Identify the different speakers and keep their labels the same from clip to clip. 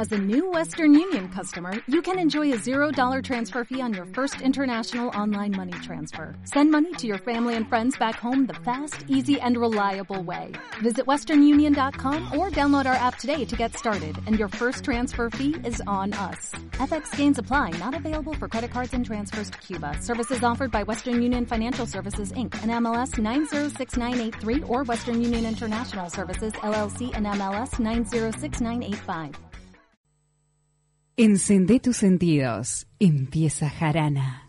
Speaker 1: As a new Western Union customer, you can enjoy a $0 transfer fee on your first international online money transfer. Send money to your family and friends back home the fast, easy, and reliable way. Visit westernunion.com or download our app today to get started, and your first transfer fee is on us. FX gains apply, not available for credit cards and transfers to Cuba. Services offered by Western Union Financial Services, Inc., and MLS 906983, or Western Union International Services, LLC, and MLS 906985.
Speaker 2: Encendé tus sentidos. Empieza Jarana.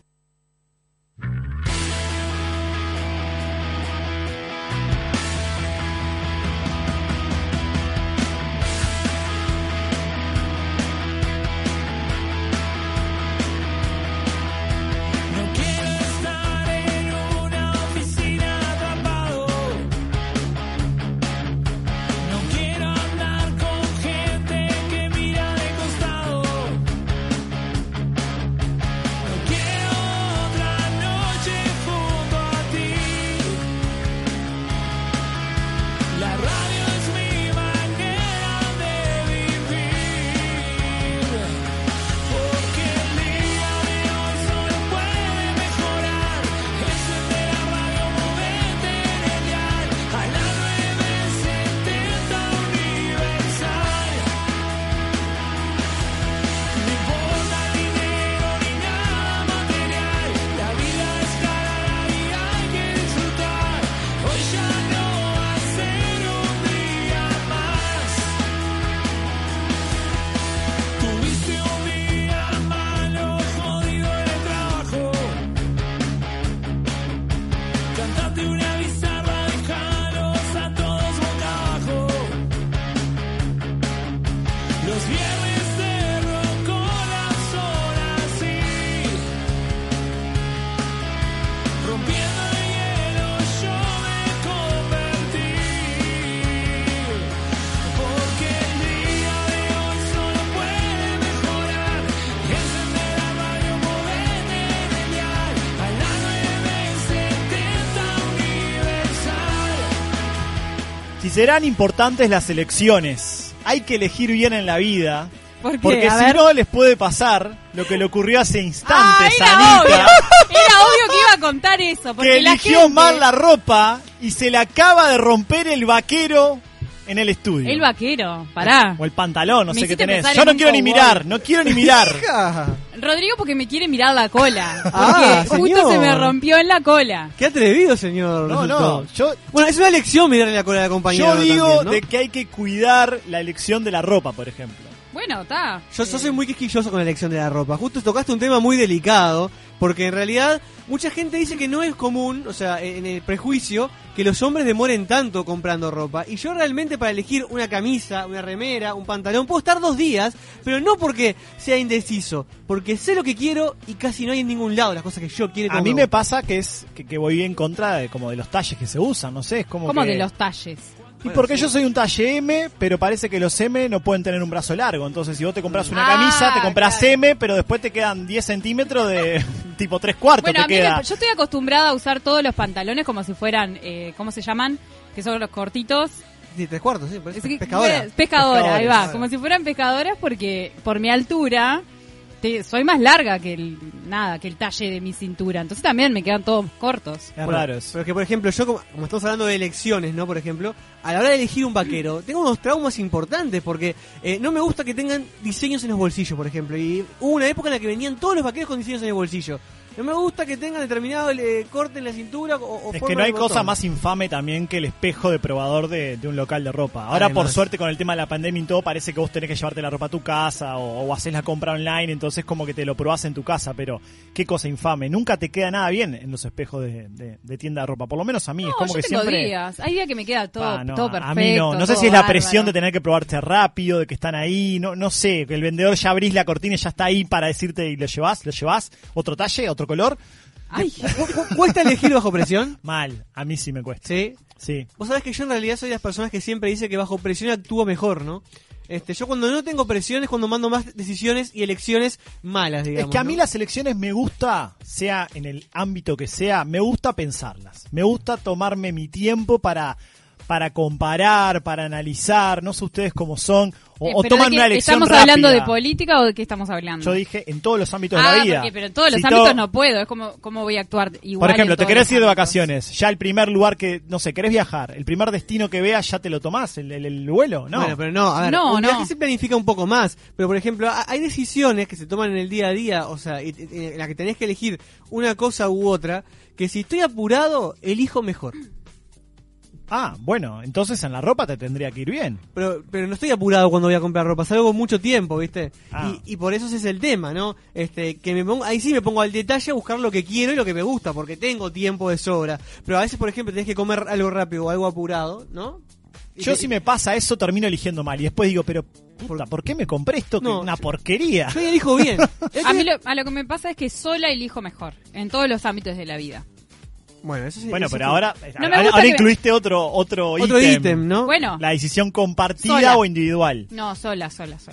Speaker 3: Serán importantes las elecciones. Hay que elegir bien en la vida. Porque si no les puede pasar lo que le ocurrió hace instantes a Anita.
Speaker 4: Era obvio que iba a contar eso. Porque
Speaker 3: que eligió mal la ropa y se le acaba de romper el vaquero en el estudio.
Speaker 4: El vaquero, pará.
Speaker 3: O el pantalón, no sé qué tenés.
Speaker 4: Yo
Speaker 3: no quiero ni mirar,
Speaker 4: Rodrigo, porque me quiere mirar la cola. Porque justo se me rompió en la cola.
Speaker 5: Qué atrevido, señor. Bueno, es una elección mirarle la cola de la compañera.
Speaker 3: Yo digo
Speaker 5: también, ¿no?
Speaker 3: de que hay que cuidar la elección de la ropa, por ejemplo.
Speaker 4: Bueno, está.
Speaker 5: Yo soy muy quisquilloso con la elección de la ropa. Justo tocaste un tema muy delicado, porque en realidad mucha gente dice que no es común, o sea, en el prejuicio, que los hombres demoren tanto comprando ropa. Y yo realmente para elegir una camisa, una remera, un pantalón, puedo estar 2 días, pero no porque sea indeciso, porque sé lo que quiero y casi no hay en ningún lado las cosas que yo quiero.
Speaker 3: A mí me pasa que es que voy en contra de los talles que se usan, no sé, es como
Speaker 4: ¿Cómo
Speaker 3: que...
Speaker 4: de los talles?
Speaker 3: Y porque yo soy un talle M, pero parece que los M no pueden tener un brazo largo. Entonces, si vos te compras una camisa, te compras M, pero después te quedan 10 centímetros de tipo 3/4.
Speaker 4: Bueno,
Speaker 3: te queda.
Speaker 4: Yo estoy acostumbrada a usar todos los pantalones como si fueran, ¿cómo se llaman? Que son los cortitos.
Speaker 5: Sí, 3/4, sí, por eso. Pescadora.
Speaker 4: Pescadora, ahí va. Como si fueran pescadoras porque por mi altura soy más larga que el talle de mi cintura. Entonces también me quedan todos cortos.
Speaker 3: Es raro.
Speaker 5: Pero es que, por ejemplo, yo como estamos hablando de elecciones, ¿no? Por ejemplo, a la hora de elegir un vaquero, tengo unos traumas importantes porque no me gusta que tengan diseños en los bolsillos, por ejemplo. Y hubo una época en la que venían todos los vaqueros con diseños en el bolsillo. No me gusta que tengan determinado corte en la cintura o
Speaker 3: es
Speaker 5: forma
Speaker 3: que no hay
Speaker 5: de
Speaker 3: cosa
Speaker 5: botón.
Speaker 3: más infame también que el espejo de probador de un local de ropa. Ahora,
Speaker 5: Además,
Speaker 3: por suerte, con el tema de la pandemia y todo, parece que vos tenés que llevarte la ropa a tu casa o haces la compra online, entonces como que te lo probás en tu casa, pero qué cosa infame. Nunca te queda nada bien en los espejos de tienda de ropa, por lo menos a mí.
Speaker 4: No,
Speaker 3: es como
Speaker 4: yo
Speaker 3: que
Speaker 4: tengo
Speaker 3: siempre...
Speaker 4: días. Hay días que me queda todo perfecto.
Speaker 3: A mí no. No sé si es la presión de tener que probarte rápido, de que están ahí, no sé, que el vendedor ya abrís la cortina y ya está ahí para decirte y lo llevás, otro talle, otro color.
Speaker 5: Ay, ¿cuesta elegir bajo presión?
Speaker 3: Mal, a mí sí me cuesta.
Speaker 5: ¿Sí?
Speaker 3: Sí.
Speaker 5: Vos sabés que yo en realidad soy de las personas que siempre dice que bajo presión actúo mejor, ¿no? Yo cuando no tengo presión es cuando mando más decisiones y elecciones malas, digamos.
Speaker 3: Es que a mí
Speaker 5: ¿no?
Speaker 3: las elecciones me gusta, sea en el ámbito que sea, me gusta pensarlas. Me gusta tomarme mi tiempo para para comparar, para analizar, no sé ustedes cómo son, o
Speaker 4: pero
Speaker 3: toman
Speaker 4: ¿de qué
Speaker 3: una elección
Speaker 4: ¿Estamos
Speaker 3: rápida.
Speaker 4: hablando de política o de qué estamos hablando?
Speaker 3: Yo dije en todos los ámbitos de la vida.
Speaker 4: Pero en todos los
Speaker 3: Si
Speaker 4: ámbitos no puedo, es como cómo voy a actuar igual.
Speaker 3: Por ejemplo,
Speaker 4: en
Speaker 3: te
Speaker 4: todos
Speaker 3: querés
Speaker 4: los
Speaker 3: ir de
Speaker 4: ámbitos.
Speaker 3: vacaciones, ya el primer lugar que, no sé, querés viajar, el primer destino que veas ya te lo tomás, el vuelo, ¿no?
Speaker 5: Bueno, pero no, a ver,
Speaker 4: No,
Speaker 5: un
Speaker 4: no.
Speaker 5: viaje se planifica un poco más, pero por ejemplo, hay decisiones que se toman en el día a día, o sea, en la que tenés que elegir una cosa u otra, que si estoy apurado, elijo mejor.
Speaker 3: Ah, bueno, entonces en la ropa te tendría que ir bien.
Speaker 5: Pero no estoy apurado cuando voy a comprar ropa, salgo con mucho tiempo, ¿viste?
Speaker 3: Ah.
Speaker 5: Y por eso ese es el tema, ¿no? Que ahí sí me pongo al detalle a buscar lo que quiero y lo que me gusta, porque tengo tiempo de sobra. Pero a veces, por ejemplo, tenés que comer algo rápido o algo apurado, ¿no?
Speaker 3: Yo si me pasa eso termino eligiendo mal y después digo, pero puta, ¿por qué me compré esto? Que
Speaker 5: No,
Speaker 3: es una porquería.
Speaker 5: Yo elijo bien.
Speaker 4: A lo que me pasa es que sola elijo mejor, en todos los ámbitos de la vida.
Speaker 5: Bueno, eso sí.
Speaker 3: Bueno,
Speaker 5: eso
Speaker 3: pero
Speaker 5: sí.
Speaker 3: ahora,
Speaker 4: No me gusta
Speaker 3: ahora
Speaker 4: que-
Speaker 3: incluiste otro
Speaker 5: Otro ítem, ¿no?
Speaker 4: Bueno,
Speaker 3: La decisión compartida
Speaker 4: Sola.
Speaker 3: o individual.
Speaker 4: no, sola.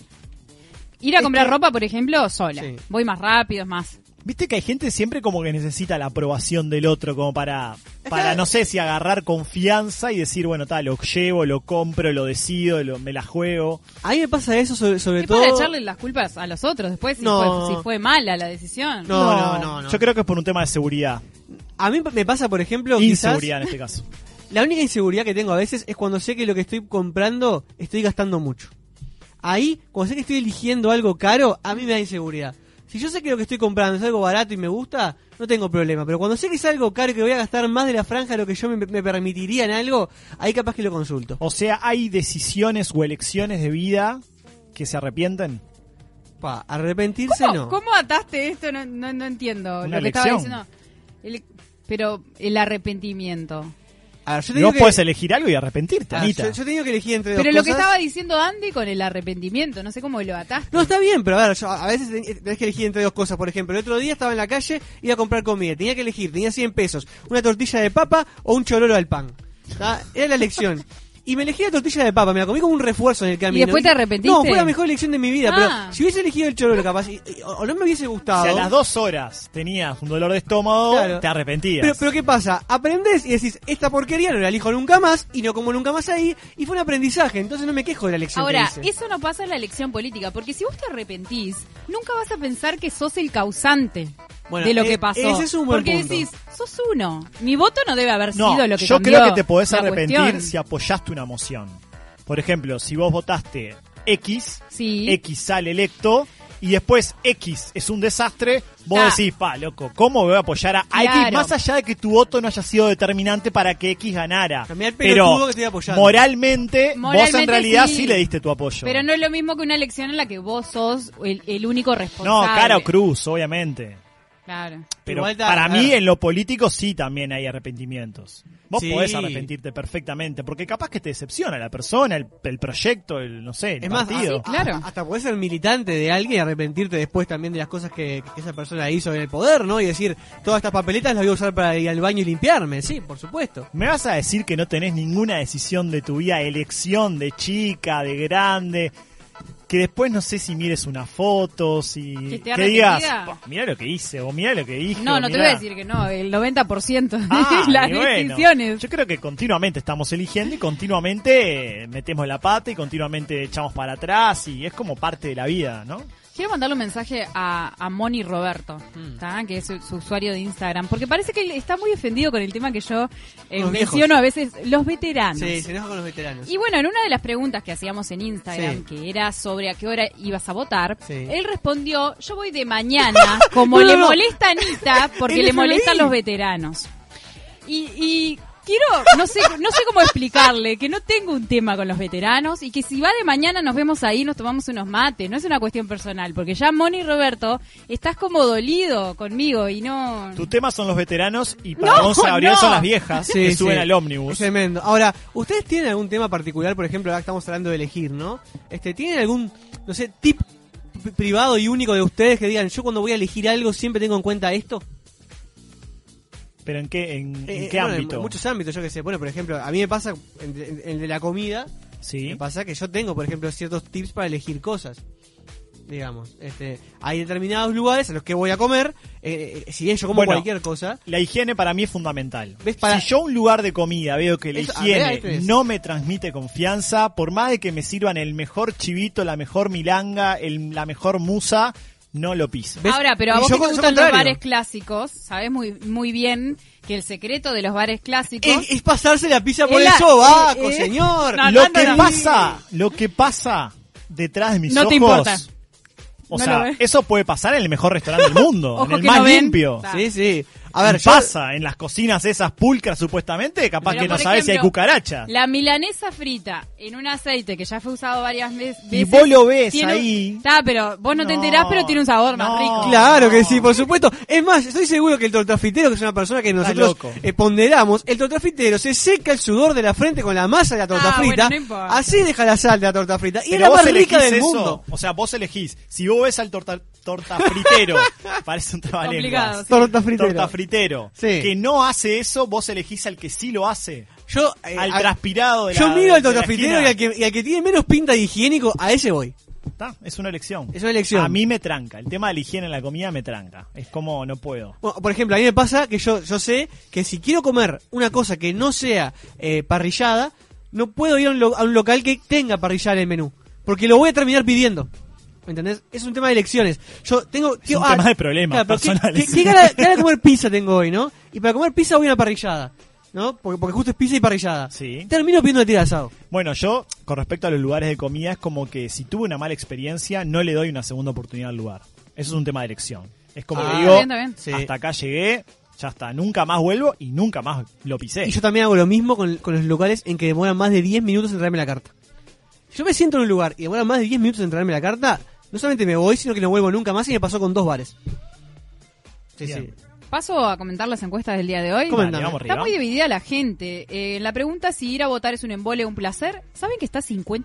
Speaker 4: Ir a comprar
Speaker 5: que-
Speaker 4: ropa, por ejemplo, sola.
Speaker 5: Sí.
Speaker 4: Voy más rápido, es más.
Speaker 3: Viste que hay gente siempre como que necesita la aprobación del otro como para
Speaker 5: que-
Speaker 3: no sé si agarrar confianza y decir, bueno, tal, lo llevo, lo compro, lo decido, me la juego.
Speaker 5: A mí me pasa eso sobre
Speaker 4: Es
Speaker 5: todo...
Speaker 4: para echarle las culpas a los otros después
Speaker 5: No.
Speaker 4: si fue mala la decisión.
Speaker 5: No.
Speaker 3: Yo creo que es por un tema de seguridad.
Speaker 5: A mí me pasa, por ejemplo, quizás...
Speaker 3: Inseguridad en este caso.
Speaker 5: La única inseguridad que tengo a veces es cuando sé que lo que estoy comprando estoy gastando mucho. Ahí, cuando sé que estoy eligiendo algo caro, a mí me da inseguridad. Si yo sé que lo que estoy comprando es algo barato y me gusta, no tengo problema. Pero cuando sé que es algo caro y que voy a gastar más de la franja de lo que yo me permitiría en algo, ahí capaz que lo consulto.
Speaker 3: O sea, hay decisiones o elecciones de vida que se arrepienten.
Speaker 5: Arrepentirse no.
Speaker 4: ¿Cómo ataste esto? No entiendo
Speaker 3: Una
Speaker 4: lo que estaba
Speaker 3: elección.
Speaker 4: diciendo. Pero el arrepentimiento.
Speaker 5: A ver, yo te
Speaker 3: Y
Speaker 5: digo
Speaker 3: vos
Speaker 5: que-
Speaker 3: podés elegir algo y arrepentirte,
Speaker 5: a ver,
Speaker 3: Anita.
Speaker 5: yo tengo que elegir entre dos
Speaker 4: Pero lo que
Speaker 5: cosas.
Speaker 4: estaba diciendo Andy con el arrepentimiento, no sé cómo lo ataste.
Speaker 5: No, está bien, pero a ver, a veces tenés que elegir entre dos cosas. Por ejemplo, el otro día estaba en la calle, iba a comprar comida. Tenía que elegir, tenía 100 pesos, una tortilla de papa o un chororo al pan. ¿Tá? Era la elección. Y me elegí la tortilla de papa, me la comí como un refuerzo en el camino.
Speaker 4: ¿Y después te arrepentiste?
Speaker 5: No, fue la mejor elección de mi vida,
Speaker 4: Ah.
Speaker 5: pero si hubiese elegido el chororo capaz, o no me hubiese gustado...
Speaker 3: Si a las 2 horas tenías un dolor de estómago,
Speaker 5: Claro.
Speaker 3: te arrepentías.
Speaker 5: Pero ¿qué pasa? Aprendés y decís, esta porquería no la elijo nunca más, y no como nunca más ahí, y fue un aprendizaje, entonces no me quejo de la elección
Speaker 4: Ahora,
Speaker 5: que hice.
Speaker 4: eso no pasa en la elección política, porque si vos te arrepentís, nunca vas a pensar que sos el causante
Speaker 5: Bueno,
Speaker 4: de lo que pasó.
Speaker 5: ese es un buen
Speaker 4: porque
Speaker 5: punto.
Speaker 4: decís, sos uno. Mi voto no debe haber
Speaker 3: No,
Speaker 4: sido lo que
Speaker 3: yo
Speaker 4: cambió
Speaker 3: creo que te podés
Speaker 4: la
Speaker 3: arrepentir
Speaker 4: cuestión.
Speaker 3: si apoyaste una moción. Por ejemplo, si vos votaste X,
Speaker 4: Sí.
Speaker 3: X sale electo y después X es un desastre, vos
Speaker 4: Ah.
Speaker 3: decís, loco, ¿cómo voy a apoyar a X?
Speaker 4: Claro.
Speaker 3: Más allá de que tu voto no haya sido determinante para que X ganara.
Speaker 5: Cambiá el pelotudo
Speaker 3: Pero
Speaker 5: que estoy apoyando.
Speaker 3: moralmente, vos en
Speaker 4: Moralmente
Speaker 3: realidad
Speaker 4: sí.
Speaker 3: sí le diste tu apoyo.
Speaker 4: Pero no es lo mismo que una elección en la que vos sos el único
Speaker 3: No,
Speaker 4: responsable.
Speaker 3: cara o cruz, obviamente.
Speaker 4: Claro.
Speaker 3: Pero
Speaker 5: Igual
Speaker 3: para
Speaker 5: a
Speaker 3: mí
Speaker 5: ver.
Speaker 3: en lo político sí también hay arrepentimientos. Vos
Speaker 5: Sí.
Speaker 3: podés arrepentirte perfectamente, porque capaz que te decepciona la persona, el proyecto, no sé, el
Speaker 5: Es más,
Speaker 3: partido.
Speaker 4: sí, claro.
Speaker 5: hasta podés ser militante de alguien y arrepentirte después también de las cosas que esa persona hizo en el poder, ¿no? Y decir, todas estas papeletas las voy a usar para ir al baño y limpiarme. Sí, por supuesto.
Speaker 3: ¿Me vas a decir que no tenés ninguna decisión de tu vida, elección de chica, de grande, que después no sé si mires una foto, si
Speaker 4: ¿Que esté
Speaker 3: que digas,
Speaker 4: arrepentida?
Speaker 3: mirá lo que hice, o mirá lo que dije?
Speaker 4: No,
Speaker 3: o
Speaker 4: no te
Speaker 3: mirá".
Speaker 4: voy a decir que no, el 90% de
Speaker 3: Ah,
Speaker 4: las
Speaker 3: y bueno.
Speaker 4: decisiones.
Speaker 3: Yo creo que continuamente estamos eligiendo y continuamente metemos la pata y continuamente echamos para atrás y es como parte de la vida, ¿no?
Speaker 4: Quiero mandarle un mensaje a Moni Roberto, ¿tá? Que es su usuario de Instagram, porque parece que él está muy ofendido con el tema que yo
Speaker 5: Los
Speaker 4: menciono a veces, los veteranos.
Speaker 5: Sí, se enoja con los veteranos.
Speaker 4: Y bueno, en una de las preguntas que hacíamos en Instagram,
Speaker 5: Sí.
Speaker 4: que era sobre a qué hora ibas a votar,
Speaker 5: Sí.
Speaker 4: él respondió, yo voy de mañana, como
Speaker 5: No,
Speaker 4: le
Speaker 5: no.
Speaker 4: molesta a Anita, porque
Speaker 5: El
Speaker 4: le
Speaker 5: FMI.
Speaker 4: molestan los veteranos. Y quiero, no sé cómo explicarle, que no tengo un tema con los veteranos y que si va de mañana nos vemos ahí, nos tomamos unos mates, no es una cuestión personal, porque ya Moni Roberto, estás como dolido conmigo y no...
Speaker 3: Tu tema son los veteranos y para
Speaker 4: No,
Speaker 3: Gonza Gabriel
Speaker 4: no.
Speaker 3: son las viejas
Speaker 5: Sí,
Speaker 3: que
Speaker 5: sí.
Speaker 3: suben al ómnibus.
Speaker 5: Es tremendo. Ahora, ¿ustedes tienen algún tema particular? Por ejemplo, ahora estamos hablando de elegir, ¿no? ¿Tienen algún, no sé, tip privado y único de ustedes que digan, yo cuando voy a elegir algo siempre tengo en cuenta esto?
Speaker 3: ¿Pero en qué, en qué
Speaker 5: Bueno,
Speaker 3: ámbito?
Speaker 5: En muchos ámbitos, yo que sé. Bueno, por ejemplo, a mí me pasa, en el de la comida,
Speaker 3: Sí.
Speaker 5: me pasa que yo tengo, por ejemplo, ciertos tips para elegir cosas. digamos. Hay determinados lugares a los que voy a comer, si bien yo como
Speaker 3: Bueno,
Speaker 5: cualquier cosa.
Speaker 3: La higiene para mí es fundamental.
Speaker 5: ¿Ves? Para-
Speaker 3: Si yo a un lugar de comida veo que la
Speaker 5: Eso, a ver, ahí
Speaker 3: higiene
Speaker 5: tenés.
Speaker 3: no me transmite confianza, por más de que me sirvan el mejor chivito, la mejor milanga, la mejor musa, no lo piso.
Speaker 5: ¿Ves?
Speaker 4: Ahora, pero a
Speaker 5: Y
Speaker 4: vos
Speaker 5: yo
Speaker 4: que te
Speaker 5: con- yo
Speaker 4: gustan los
Speaker 5: contrario.
Speaker 4: bares clásicos, sabés muy bien que el secreto de los bares clásicos...
Speaker 5: Es pasarse la pizza por
Speaker 4: Es
Speaker 5: el
Speaker 4: la-
Speaker 5: sobaco,
Speaker 4: eh,
Speaker 5: señor.
Speaker 4: no,
Speaker 3: Lo que pasa detrás de mis
Speaker 4: No
Speaker 3: ojos,
Speaker 4: te importa.
Speaker 3: o
Speaker 4: No
Speaker 3: sea,
Speaker 4: lo ves.
Speaker 3: eso puede pasar en el mejor restaurante del mundo,
Speaker 4: Ojo
Speaker 3: en el
Speaker 4: que
Speaker 3: más
Speaker 4: no ven.
Speaker 3: limpio.
Speaker 4: Claro.
Speaker 5: Sí, sí. A ver,
Speaker 3: Y pasa en las cocinas esas pulcras supuestamente, capaz
Speaker 4: Pero,
Speaker 3: que no
Speaker 4: por
Speaker 3: sabes si hay
Speaker 4: ejemplo,
Speaker 3: cucarachas.
Speaker 4: La milanesa frita en un aceite que ya fue usado varias veces.
Speaker 3: Y vos lo ves
Speaker 4: tiene-
Speaker 3: ahí.
Speaker 4: Está, pero vos no te
Speaker 3: No,
Speaker 4: enterás, pero tiene un sabor más
Speaker 3: no.
Speaker 4: rico.
Speaker 5: Claro que sí, por supuesto. Es más, estoy seguro que el tortafritero, que es una persona que
Speaker 3: Estás
Speaker 5: nosotros
Speaker 3: loco.
Speaker 5: ponderamos, el tortafritero se seca el sudor de la frente con la masa de la torta frita,
Speaker 4: bueno, no importa.
Speaker 5: así deja la sal de la torta frita. Y es
Speaker 3: Pero
Speaker 5: la
Speaker 3: vos
Speaker 5: más rica
Speaker 3: elegís
Speaker 5: del
Speaker 3: eso,
Speaker 5: mundo.
Speaker 3: o sea, vos elegís. Si vos ves al tortafritero, parece un
Speaker 4: Complicado,
Speaker 3: trabalenguas.
Speaker 4: sí.
Speaker 5: Tortafritero.
Speaker 3: Tortafritero,
Speaker 5: Sí.
Speaker 3: que no hace eso, vos elegís al que sí lo hace.
Speaker 5: Yo,
Speaker 3: Al transpirado de la
Speaker 5: yo miro al
Speaker 3: de la
Speaker 5: tortafritero
Speaker 3: esquina.
Speaker 5: y al que tiene menos pinta de higiénico, a ese voy.
Speaker 3: Está, es una elección.
Speaker 5: Es una elección.
Speaker 3: A mí me tranca. El tema de la higiene en la comida me tranca. Es como, no puedo.
Speaker 5: Bueno, por ejemplo, a mí me pasa que yo sé que si quiero comer una cosa que no sea parrillada, no puedo ir a un local que tenga parrillada en el menú. Porque lo voy a terminar pidiendo. ¿Me entendés? Es un tema de elecciones. Yo tengo...
Speaker 3: Es un tema de problemas
Speaker 5: pero
Speaker 3: personales.
Speaker 5: ¿Qué gana de comer pizza tengo hoy, no? Y para comer pizza voy a una parrillada, ¿no? Porque justo es pizza y parrillada.
Speaker 3: Sí.
Speaker 5: Termino pidiendo una tira de asado.
Speaker 3: Bueno, yo, con respecto a los lugares de comida, es como que si tuve una mala experiencia, no le doy una segunda oportunidad al lugar. Eso es un tema de elección. Es como que digo,
Speaker 4: Está bien.
Speaker 5: Sí.
Speaker 3: hasta acá llegué, ya está, nunca más vuelvo y nunca más lo pisé.
Speaker 5: Y yo también hago lo mismo con los locales en que demoran más de 10 minutos en traerme la carta. Si yo me siento en un lugar y demoran más de 10 minutos en traerme la carta, no solamente me voy, sino que no vuelvo nunca más, y me pasó con 2 bares. Sí,
Speaker 3: Bien.
Speaker 5: sí.
Speaker 4: Paso a comentar las encuestas del día de hoy.
Speaker 5: Comentame.
Speaker 3: Dale, vamos
Speaker 4: Está
Speaker 3: arriba.
Speaker 4: muy dividida la gente. La pregunta si ir a votar es un embole o un placer. ¿Saben que está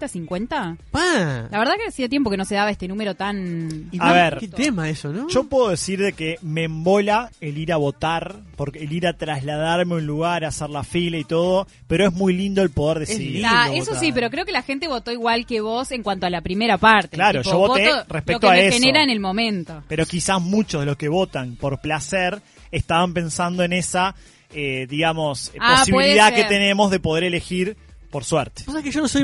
Speaker 4: 50-50?
Speaker 5: ¡Pah!
Speaker 4: La verdad que hacía tiempo que no se daba este número tan...
Speaker 5: Y
Speaker 3: A ver.
Speaker 5: qué tema eso, ¿no?
Speaker 3: Yo puedo decir de que me embola el ir a votar, porque el ir a trasladarme a un lugar, a hacer la fila y todo, pero es muy lindo el poder decidir.
Speaker 5: lindo.
Speaker 4: Eso
Speaker 5: votar.
Speaker 4: sí, pero creo que la gente votó igual que vos en cuanto a la primera parte.
Speaker 3: Claro, yo voté
Speaker 4: voto
Speaker 3: respecto
Speaker 4: lo que
Speaker 3: a
Speaker 4: me
Speaker 3: eso.
Speaker 4: genera en el momento.
Speaker 3: Pero quizás muchos de los que votan por placer estaban pensando en esa, digamos, posibilidad
Speaker 4: puede
Speaker 3: que
Speaker 4: ser.
Speaker 3: tenemos de poder elegir por suerte.
Speaker 5: Pasa que yo no soy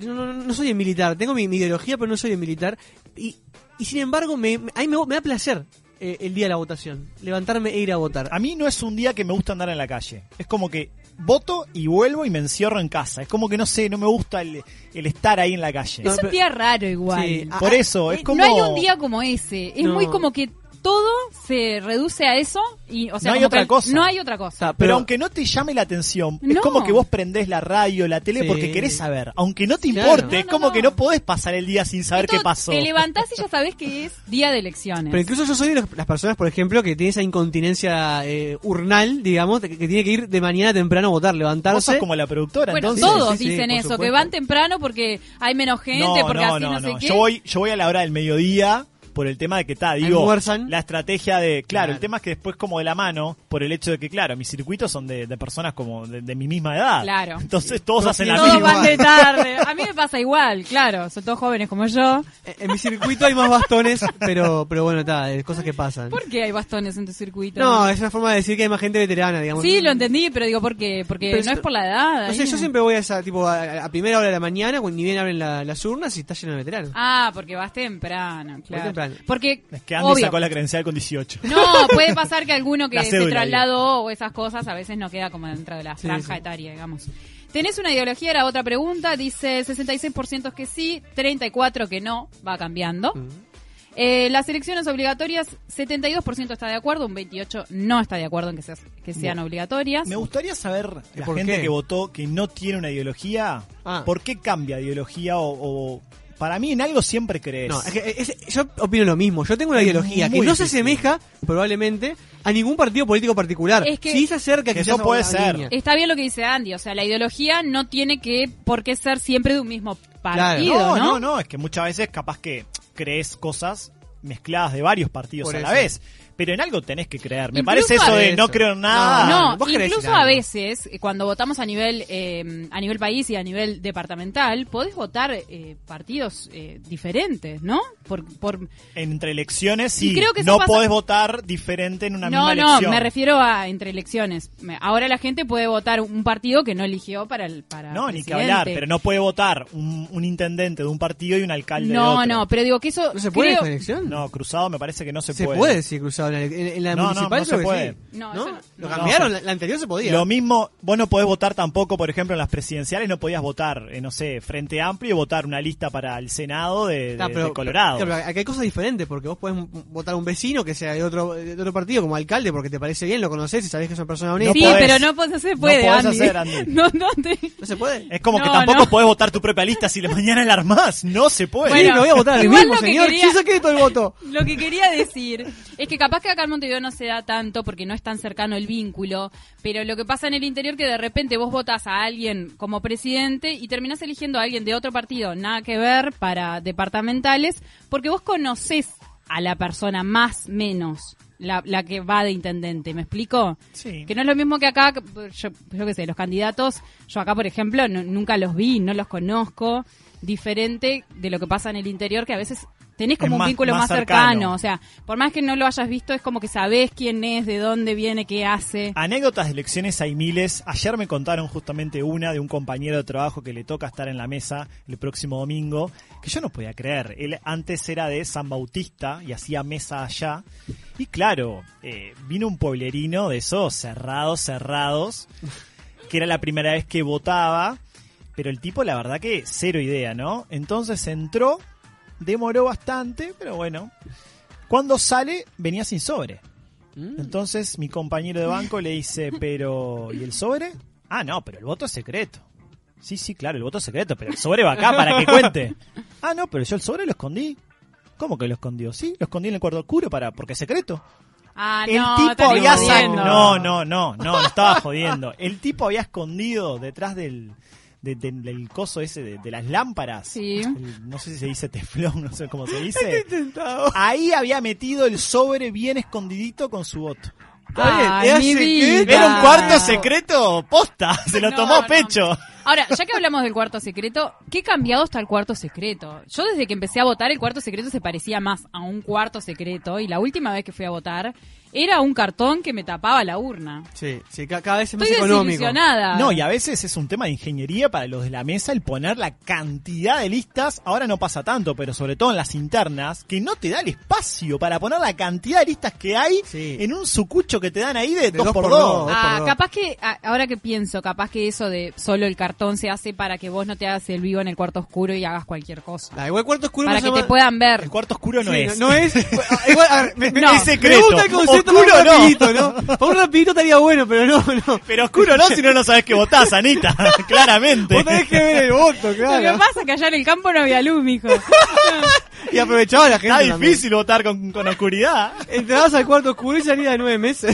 Speaker 5: no soy el militar, tengo mi ideología, pero no soy el militar. Y sin embargo, a mí me da placer el día de la votación, levantarme e ir a votar.
Speaker 3: A mí no es un día que me gusta andar en la calle. Es como que voto y vuelvo y me encierro en casa. Es como que no sé, no me gusta el estar ahí en la calle.
Speaker 5: No,
Speaker 4: Es
Speaker 5: pero-
Speaker 4: un día raro igual.
Speaker 5: Sí.
Speaker 3: Por eso, es como...
Speaker 4: No hay un día como ese. Es
Speaker 5: No.
Speaker 4: muy como que todo se reduce a eso y, o sea,
Speaker 3: No hay
Speaker 4: como
Speaker 3: otra
Speaker 4: que
Speaker 3: cosa.
Speaker 4: No hay otra cosa.
Speaker 5: Está,
Speaker 3: Pero aunque no te llame la atención, es
Speaker 4: No.
Speaker 3: como que vos prendés la radio, la tele
Speaker 5: Sí.
Speaker 3: porque querés saber. Aunque no te
Speaker 5: Claro.
Speaker 3: importe,
Speaker 4: No,
Speaker 3: es
Speaker 4: no,
Speaker 3: como
Speaker 4: no.
Speaker 3: que no podés pasar el día sin saber
Speaker 4: Esto
Speaker 3: qué pasó.
Speaker 4: Te levantás y ya sabés que es día de elecciones.
Speaker 5: Pero incluso yo soy de las personas, por ejemplo, que tiene esa incontinencia urnal, digamos, que tiene que ir de mañana temprano a votar,
Speaker 3: Vos
Speaker 5: levantarse.
Speaker 3: sos como la productora,
Speaker 4: Bueno,
Speaker 3: entonces.
Speaker 4: todos
Speaker 5: sí, sí,
Speaker 4: dicen
Speaker 5: por
Speaker 4: eso,
Speaker 5: supuesto.
Speaker 4: que van temprano porque hay menos gente, porque así no sé qué.
Speaker 3: Yo voy a la hora del mediodía por el tema de que digo,
Speaker 5: Almuerzan.
Speaker 3: la estrategia de, claro,
Speaker 5: Claro.
Speaker 3: el tema es que después como de la mano, por el hecho de que, claro, mis circuitos son de personas como de mi misma edad.
Speaker 4: Claro.
Speaker 3: Entonces todos hacen la
Speaker 4: Todos
Speaker 3: misma.
Speaker 4: van de tarde. A mí me pasa igual, claro. Son todos jóvenes como yo.
Speaker 5: En mi circuito hay más bastones, pero bueno, está, cosas que pasan.
Speaker 4: ¿Por qué hay bastones en tu circuito?
Speaker 5: No, es una forma de decir que hay más gente veterana, digamos.
Speaker 4: Sí, lo entendí, pero digo, ¿por qué? Porque
Speaker 5: Pero
Speaker 4: no
Speaker 5: yo-
Speaker 4: es por la edad.
Speaker 5: No sé,
Speaker 4: ahí.
Speaker 5: yo siempre voy a esa, tipo, a primera hora de la mañana, cuando ni bien abren las urnas y está lleno de veteranos.
Speaker 4: Ah, porque vas temprano, claro.
Speaker 5: temprano.
Speaker 4: Porque,
Speaker 3: Es que Andy
Speaker 4: obvio,
Speaker 3: sacó la credencial con 18.
Speaker 4: no, puede pasar que alguno que
Speaker 3: La
Speaker 4: se
Speaker 3: cédula,
Speaker 4: trasladó o esas cosas a veces no queda como dentro de la
Speaker 5: Sí,
Speaker 4: franja
Speaker 5: sí.
Speaker 4: etaria, digamos. ¿Tenés una ideología? Era otra pregunta. Dice 66% que sí, 34% que no, va cambiando. Las elecciones obligatorias, 72% está de acuerdo, un 28% no está de acuerdo en que sean obligatorias.
Speaker 3: Me gustaría saber, la
Speaker 5: ¿Por
Speaker 3: gente
Speaker 5: qué?
Speaker 3: que votó que no tiene una ideología,
Speaker 5: Ah.
Speaker 3: ¿por qué cambia de ideología o para mí en algo siempre crees?
Speaker 5: No, es que yo opino lo mismo. Yo tengo una
Speaker 3: Es
Speaker 5: ideología que
Speaker 3: muy
Speaker 5: no se
Speaker 3: difícil.
Speaker 5: asemeja, probablemente, a ningún partido político particular.
Speaker 4: Es que-
Speaker 5: sí se acerca
Speaker 3: que
Speaker 5: quizás
Speaker 3: eso puede
Speaker 5: a una
Speaker 3: ser.
Speaker 5: línea.
Speaker 4: Está bien lo que dice Andy, o sea, la ideología no tiene por qué ser siempre de un mismo
Speaker 5: Claro.
Speaker 4: partido, ¿no?
Speaker 3: No, es que muchas veces capaz que crees cosas mezcladas de varios partidos
Speaker 5: Por
Speaker 3: a la
Speaker 5: eso.
Speaker 3: vez. Pero en algo tenés que creer. Me
Speaker 4: Incluso
Speaker 3: parece eso
Speaker 4: a
Speaker 3: de
Speaker 5: eso.
Speaker 3: no creo en nada.
Speaker 4: No,
Speaker 5: vos querés
Speaker 4: incluso
Speaker 5: decir
Speaker 4: a
Speaker 5: algo.
Speaker 4: veces, cuando votamos a nivel país y a nivel departamental, podés votar partidos diferentes, ¿no?
Speaker 3: Entre elecciones, sí.
Speaker 4: Y creo que eso
Speaker 3: no
Speaker 4: pasa-
Speaker 3: podés votar diferente en una
Speaker 4: No,
Speaker 3: misma
Speaker 4: no,
Speaker 3: elección.
Speaker 4: me refiero a entre elecciones. Ahora la gente puede votar un partido que no eligió para
Speaker 3: No, ni que
Speaker 4: presidente.
Speaker 3: hablar, pero no puede votar un intendente de un partido y un alcalde de
Speaker 4: No,
Speaker 3: otro.
Speaker 4: no, pero digo que eso...
Speaker 5: ¿No se puede
Speaker 4: creo-
Speaker 5: esta elección?
Speaker 3: No, cruzado me parece que no se
Speaker 5: Se
Speaker 3: puede.
Speaker 5: puede decir cruzado en la
Speaker 3: No, no,
Speaker 5: municipal.
Speaker 3: no se
Speaker 5: creo que
Speaker 3: puede.
Speaker 5: sí.
Speaker 4: No,
Speaker 5: ¿No?
Speaker 4: eso no.
Speaker 5: Lo
Speaker 3: No,
Speaker 5: cambiaron,
Speaker 3: o sea,
Speaker 5: la anterior se podía.
Speaker 3: Lo mismo, vos no podés votar tampoco, por ejemplo, en las presidenciales no podías votar, no sé, Frente Amplio y votar una lista para el Senado de Colorado.
Speaker 5: Claro, pero acá hay cosas diferentes, porque vos podés votar a un vecino que sea de otro partido como alcalde porque te parece bien, lo conocés y sabés que es una persona honesta.
Speaker 4: Sí,
Speaker 3: podés.
Speaker 4: pero no se puede,
Speaker 3: podés
Speaker 4: Andy.
Speaker 3: hacer, Andy.
Speaker 4: No te...
Speaker 5: ¿No se puede?
Speaker 3: Es como que
Speaker 4: No,
Speaker 3: tampoco
Speaker 4: no.
Speaker 3: podés votar tu propia lista si mañana la armás. No se puede.
Speaker 5: Sí, me voy a votar a mí
Speaker 4: igual
Speaker 5: mismo,
Speaker 4: lo que
Speaker 5: señor.
Speaker 4: quería-
Speaker 5: Sí, saqué todo el voto.
Speaker 4: Lo que quería decir es que capaz que acá en Montevideo no se da tanto porque no es tan cercano el vínculo, pero lo que pasa en el interior que de repente vos votás a alguien como presidente y terminás eligiendo a alguien de otro partido, nada que ver, para departamentales, porque vos conocés a la persona más menos. La que va de intendente, ¿me explico?
Speaker 3: Sí.
Speaker 4: Que no es lo mismo que acá, yo qué sé, los candidatos, yo acá por ejemplo nunca los vi, no los conozco, diferente de lo que pasa en el interior, que a veces tenés como
Speaker 3: Es
Speaker 4: un
Speaker 3: más-
Speaker 4: vínculo
Speaker 3: más
Speaker 4: más cercano.
Speaker 3: cercano.
Speaker 4: O sea, por más que no lo hayas visto, es como que sabés quién es, de dónde viene, qué hace.
Speaker 3: Anécdotas de elecciones hay miles. Ayer me contaron justamente una de un compañero de trabajo que le toca estar en la mesa el próximo domingo, que yo no podía creer. Él antes era de San Bautista y hacía mesa allá. Y claro, vino un pueblerino de esos cerrados, que era la primera vez que votaba, pero el tipo la verdad que cero idea, ¿no? Entonces entró, demoró bastante, pero bueno. Cuando sale, venía sin sobre. Entonces mi compañero de banco le dice, pero ¿y el sobre? Ah, no, pero el voto es secreto. Sí, claro, el voto es secreto, pero el sobre va acá para que cuente. Ah, no, pero yo el sobre lo escondí. ¿Cómo que lo escondió? Sí, lo escondí en el cuarto oscuro porque es secreto.
Speaker 4: Ah,
Speaker 3: El
Speaker 4: no,
Speaker 3: tipo
Speaker 4: estaría
Speaker 3: había
Speaker 4: jodiendo.
Speaker 3: sacado. No estaba jodiendo. El tipo había escondido detrás del coso ese de las lámparas.
Speaker 4: Sí.
Speaker 3: No sé si se dice teflón, no sé cómo se dice. Ahí había metido el sobre bien escondidito con su voto.
Speaker 4: Ay,
Speaker 5: Era
Speaker 4: mi
Speaker 5: secreto.
Speaker 4: vida.
Speaker 3: Era un cuarto secreto, posta, se lo
Speaker 4: No,
Speaker 3: tomó a
Speaker 4: no.
Speaker 3: pecho.
Speaker 4: Ahora, ya que hablamos del cuarto secreto, ¿qué cambiado está el cuarto secreto? Yo desde que empecé a votar, el cuarto secreto se parecía más a un cuarto secreto y la última vez que fui a votar era un cartón que me tapaba la urna.
Speaker 5: Sí, cada vez es más
Speaker 4: Estoy
Speaker 5: económico.
Speaker 4: desilusionada.
Speaker 3: No, y a veces es un tema de ingeniería para los de la mesa el poner la cantidad de listas. Ahora no pasa tanto, pero sobre todo en las internas, que no te da el espacio para poner la cantidad de listas que hay
Speaker 5: Sí.
Speaker 3: en un sucucho que te dan ahí de 2x2.
Speaker 5: 2x2.
Speaker 4: Ah, capaz que, ahora que pienso, capaz que eso de solo el cartón se hace para que vos no te hagas el vivo en el cuarto oscuro y hagas cualquier cosa.
Speaker 5: Ah, igual cuarto oscuro
Speaker 4: Para
Speaker 5: no
Speaker 4: que
Speaker 5: se
Speaker 4: te
Speaker 5: llama-
Speaker 4: puedan ver.
Speaker 3: El cuarto oscuro no
Speaker 5: Sí,
Speaker 3: es.
Speaker 5: No es. Igual, a ver,
Speaker 4: No.
Speaker 3: Es secreto.
Speaker 5: Me gusta el concepto
Speaker 3: Oscuro
Speaker 5: para un
Speaker 3: no.
Speaker 5: rapidito, ¿no? Para un rapidito estaría bueno, pero no.
Speaker 3: Pero oscuro no si no sabes que votás, Anita. Claramente.
Speaker 5: Vos tenés que ver el voto,
Speaker 4: Lo que
Speaker 5: claro.
Speaker 4: pasa es que allá en el campo no había luz, mijo.
Speaker 5: Y aprovechaba la gente.
Speaker 3: Está
Speaker 5: también.
Speaker 3: difícil votar con oscuridad.
Speaker 5: Entrabas al cuarto oscuro y salías de 9 meses.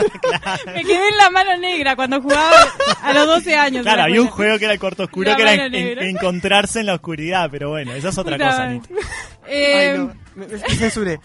Speaker 4: Me quedé en la mano negra cuando jugaba a los 12 años.
Speaker 3: Claro,
Speaker 4: en la
Speaker 3: había un
Speaker 4: escuela.
Speaker 3: juego que era el cuarto oscuro,
Speaker 4: La
Speaker 3: que era
Speaker 4: mano negra.
Speaker 3: encontrarse en la oscuridad, pero bueno, esa es otra
Speaker 4: Puta
Speaker 3: cosa,
Speaker 4: madre.
Speaker 3: Anita.
Speaker 5: Ay, no. Me censuré.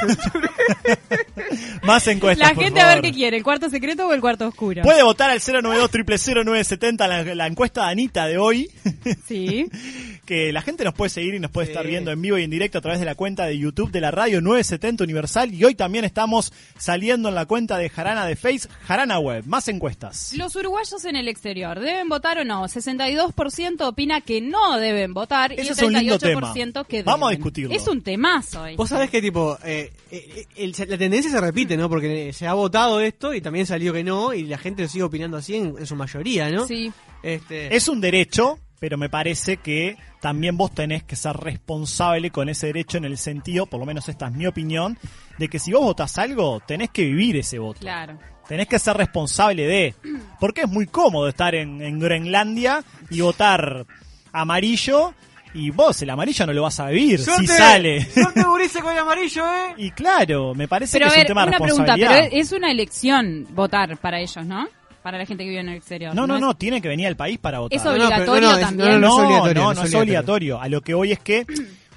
Speaker 3: Más encuestas,
Speaker 4: La
Speaker 3: por
Speaker 4: gente a ver
Speaker 3: favor.
Speaker 4: qué quiere, el cuarto secreto o el cuarto oscuro.
Speaker 3: Puede votar al 092-00970 la encuesta de Anita de hoy,
Speaker 4: Sí.
Speaker 3: que la gente nos puede seguir y nos puede estar viendo en vivo y en directo a través de la cuenta de YouTube de la radio 970 Universal, y hoy también estamos saliendo en la cuenta de Jarana de Face, Jarana Web. Más encuestas.
Speaker 4: Los uruguayos en el exterior, ¿deben votar o no? 62% opina que no deben votar y
Speaker 3: Ese
Speaker 4: el
Speaker 3: es un lindo
Speaker 4: 38% que deben.
Speaker 3: Vamos a discutirlo.
Speaker 4: Es un temazo.
Speaker 5: Vos sabés que tipo la tendencia se repite, ¿no? Porque se ha votado esto y también salió que no y la gente lo sigue opinando así en su mayoría, ¿no?
Speaker 4: Sí.
Speaker 3: Es un derecho, pero me parece que también vos tenés que ser responsable con ese derecho en el sentido, por lo menos esta es mi opinión, de que si vos votás algo, tenés que vivir ese voto.
Speaker 4: Claro.
Speaker 3: Tenés que ser responsable de... Porque es muy cómodo estar en Groenlandia y votar amarillo, y vos el amarillo no lo vas a vivir si sale.
Speaker 5: Suerte, Gurice, con el amarillo, ¿eh?
Speaker 3: Y claro, me parece
Speaker 4: Pero
Speaker 3: que
Speaker 4: a
Speaker 3: es un
Speaker 4: ver,
Speaker 3: tema de
Speaker 4: una pregunta,
Speaker 3: responsabilidad.
Speaker 4: pero es una elección votar para ellos, ¿no? Para la gente que vive en el exterior.
Speaker 3: No,
Speaker 4: es-
Speaker 3: tiene que venir al país para votar.
Speaker 4: Es obligatorio
Speaker 5: no, es-
Speaker 4: también.
Speaker 5: no es
Speaker 3: No,
Speaker 5: obligatorio,
Speaker 3: no es obligatorio. A lo que voy es que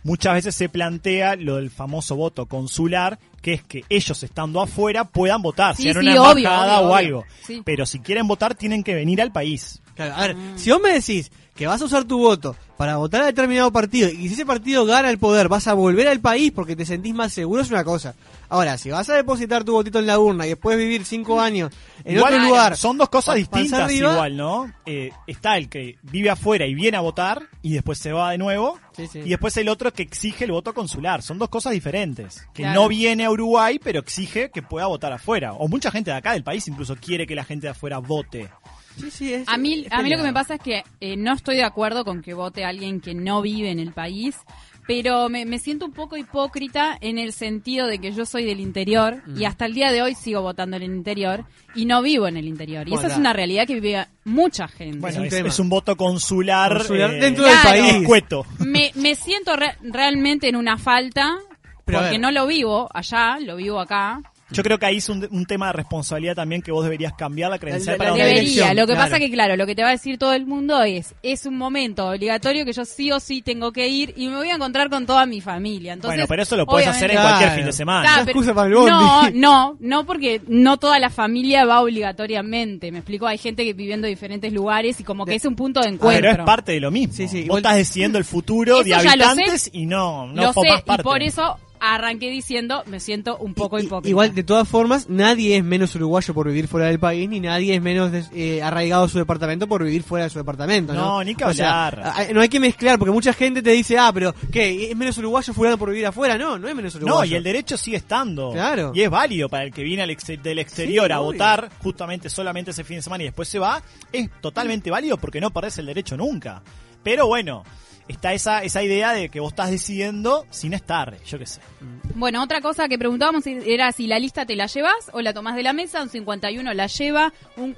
Speaker 3: muchas veces se plantea lo del famoso voto consular, que es que ellos estando afuera puedan votar,
Speaker 4: Sí,
Speaker 3: sea en
Speaker 4: sí,
Speaker 3: una
Speaker 4: obvio,
Speaker 3: embajada
Speaker 4: obvio,
Speaker 3: o
Speaker 4: obvio.
Speaker 3: algo.
Speaker 4: Sí.
Speaker 3: Pero si quieren votar tienen que venir al país.
Speaker 5: Claro, a ver, si vos me decís que vas a usar tu voto para votar a determinado partido y si ese partido gana el poder vas a volver al país porque te sentís más seguro, es una cosa. Ahora, si vas a depositar tu votito en la urna y después vivir 5 años en
Speaker 3: Igual,
Speaker 5: otro lugar...
Speaker 3: son dos cosas
Speaker 5: panza
Speaker 3: distintas
Speaker 5: arriba,
Speaker 3: igual, ¿no? Está el que vive afuera y viene a votar y después se va de nuevo.
Speaker 5: Sí, sí.
Speaker 3: Y después el otro que exige el voto consular. Son dos cosas diferentes. Que
Speaker 4: Claro.
Speaker 3: no viene a Uruguay, pero exige que pueda votar afuera. O mucha gente de acá del país incluso quiere que la gente de afuera vote.
Speaker 5: Sí, sí, es-
Speaker 4: A mí
Speaker 5: es
Speaker 4: lo que
Speaker 5: peleado.
Speaker 4: me pasa es que no estoy de acuerdo con que vote alguien que no vive en el país, pero me siento un poco hipócrita en el sentido de que yo soy del interior y hasta el día de hoy sigo votando en el interior y no vivo en el interior. Y
Speaker 5: Bueno,
Speaker 4: esa es una realidad que vive mucha gente.
Speaker 3: Bueno,
Speaker 5: un
Speaker 3: es,
Speaker 5: tema.
Speaker 3: es un voto consular,
Speaker 5: Consular
Speaker 3: eh,
Speaker 5: dentro
Speaker 4: del
Speaker 5: país.
Speaker 3: escueto.
Speaker 4: Me siento realmente en una falta
Speaker 5: Pero a
Speaker 4: porque
Speaker 5: ver.
Speaker 4: no lo vivo allá, lo vivo acá.
Speaker 3: Yo creo que ahí es un tema de responsabilidad también que vos deberías cambiar la credencial para
Speaker 5: la
Speaker 3: donde
Speaker 4: Debería.
Speaker 5: elección,
Speaker 4: Lo que
Speaker 5: claro.
Speaker 4: pasa que, claro, lo que te va a decir todo el mundo es un momento obligatorio que yo sí o sí tengo que ir y me voy a encontrar con toda mi familia. Entonces,
Speaker 3: Bueno, pero eso lo puedes hacer en
Speaker 5: obviamente-
Speaker 3: cualquier
Speaker 5: Claro.
Speaker 3: fin de semana.
Speaker 4: Está,
Speaker 5: Esa
Speaker 4: pero-
Speaker 5: excusa para el bondi.
Speaker 4: no, porque no toda la familia va obligatoriamente. Me explico, hay gente que viviendo en diferentes lugares y como que es un punto de encuentro.
Speaker 3: Pero es parte de lo mismo.
Speaker 5: Sí, sí,
Speaker 3: Vos
Speaker 5: igual-
Speaker 3: estás decidiendo el futuro de
Speaker 4: Eso ya lo sé.
Speaker 3: habitantes y no
Speaker 4: Lo sé,
Speaker 3: formás
Speaker 4: y
Speaker 3: parte.
Speaker 4: por eso arranqué diciendo, me siento un poco hipócrita.
Speaker 5: Igual, de todas formas, nadie es menos uruguayo por vivir fuera del país, ni nadie es menos arraigado a su departamento por vivir fuera de su departamento, ¿no?
Speaker 3: No, ni que
Speaker 5: O sea,
Speaker 3: hablar.
Speaker 5: no hay que mezclar, porque mucha gente te dice, pero ¿qué? ¿Es menos uruguayo fulano por vivir afuera? No, no es menos uruguayo.
Speaker 3: No, y el derecho sigue estando.
Speaker 5: Claro.
Speaker 3: Y es válido para el que viene del exterior
Speaker 5: Sí,
Speaker 3: a
Speaker 5: obvio.
Speaker 3: votar justamente solamente ese fin de semana y después se va. Es totalmente válido porque no perdés el derecho nunca. Pero bueno, está esa idea de que vos estás decidiendo sin estar, yo qué sé.
Speaker 4: Bueno, otra cosa que preguntábamos era si la lista te la llevas o la tomás de la mesa. Un 51 la lleva, un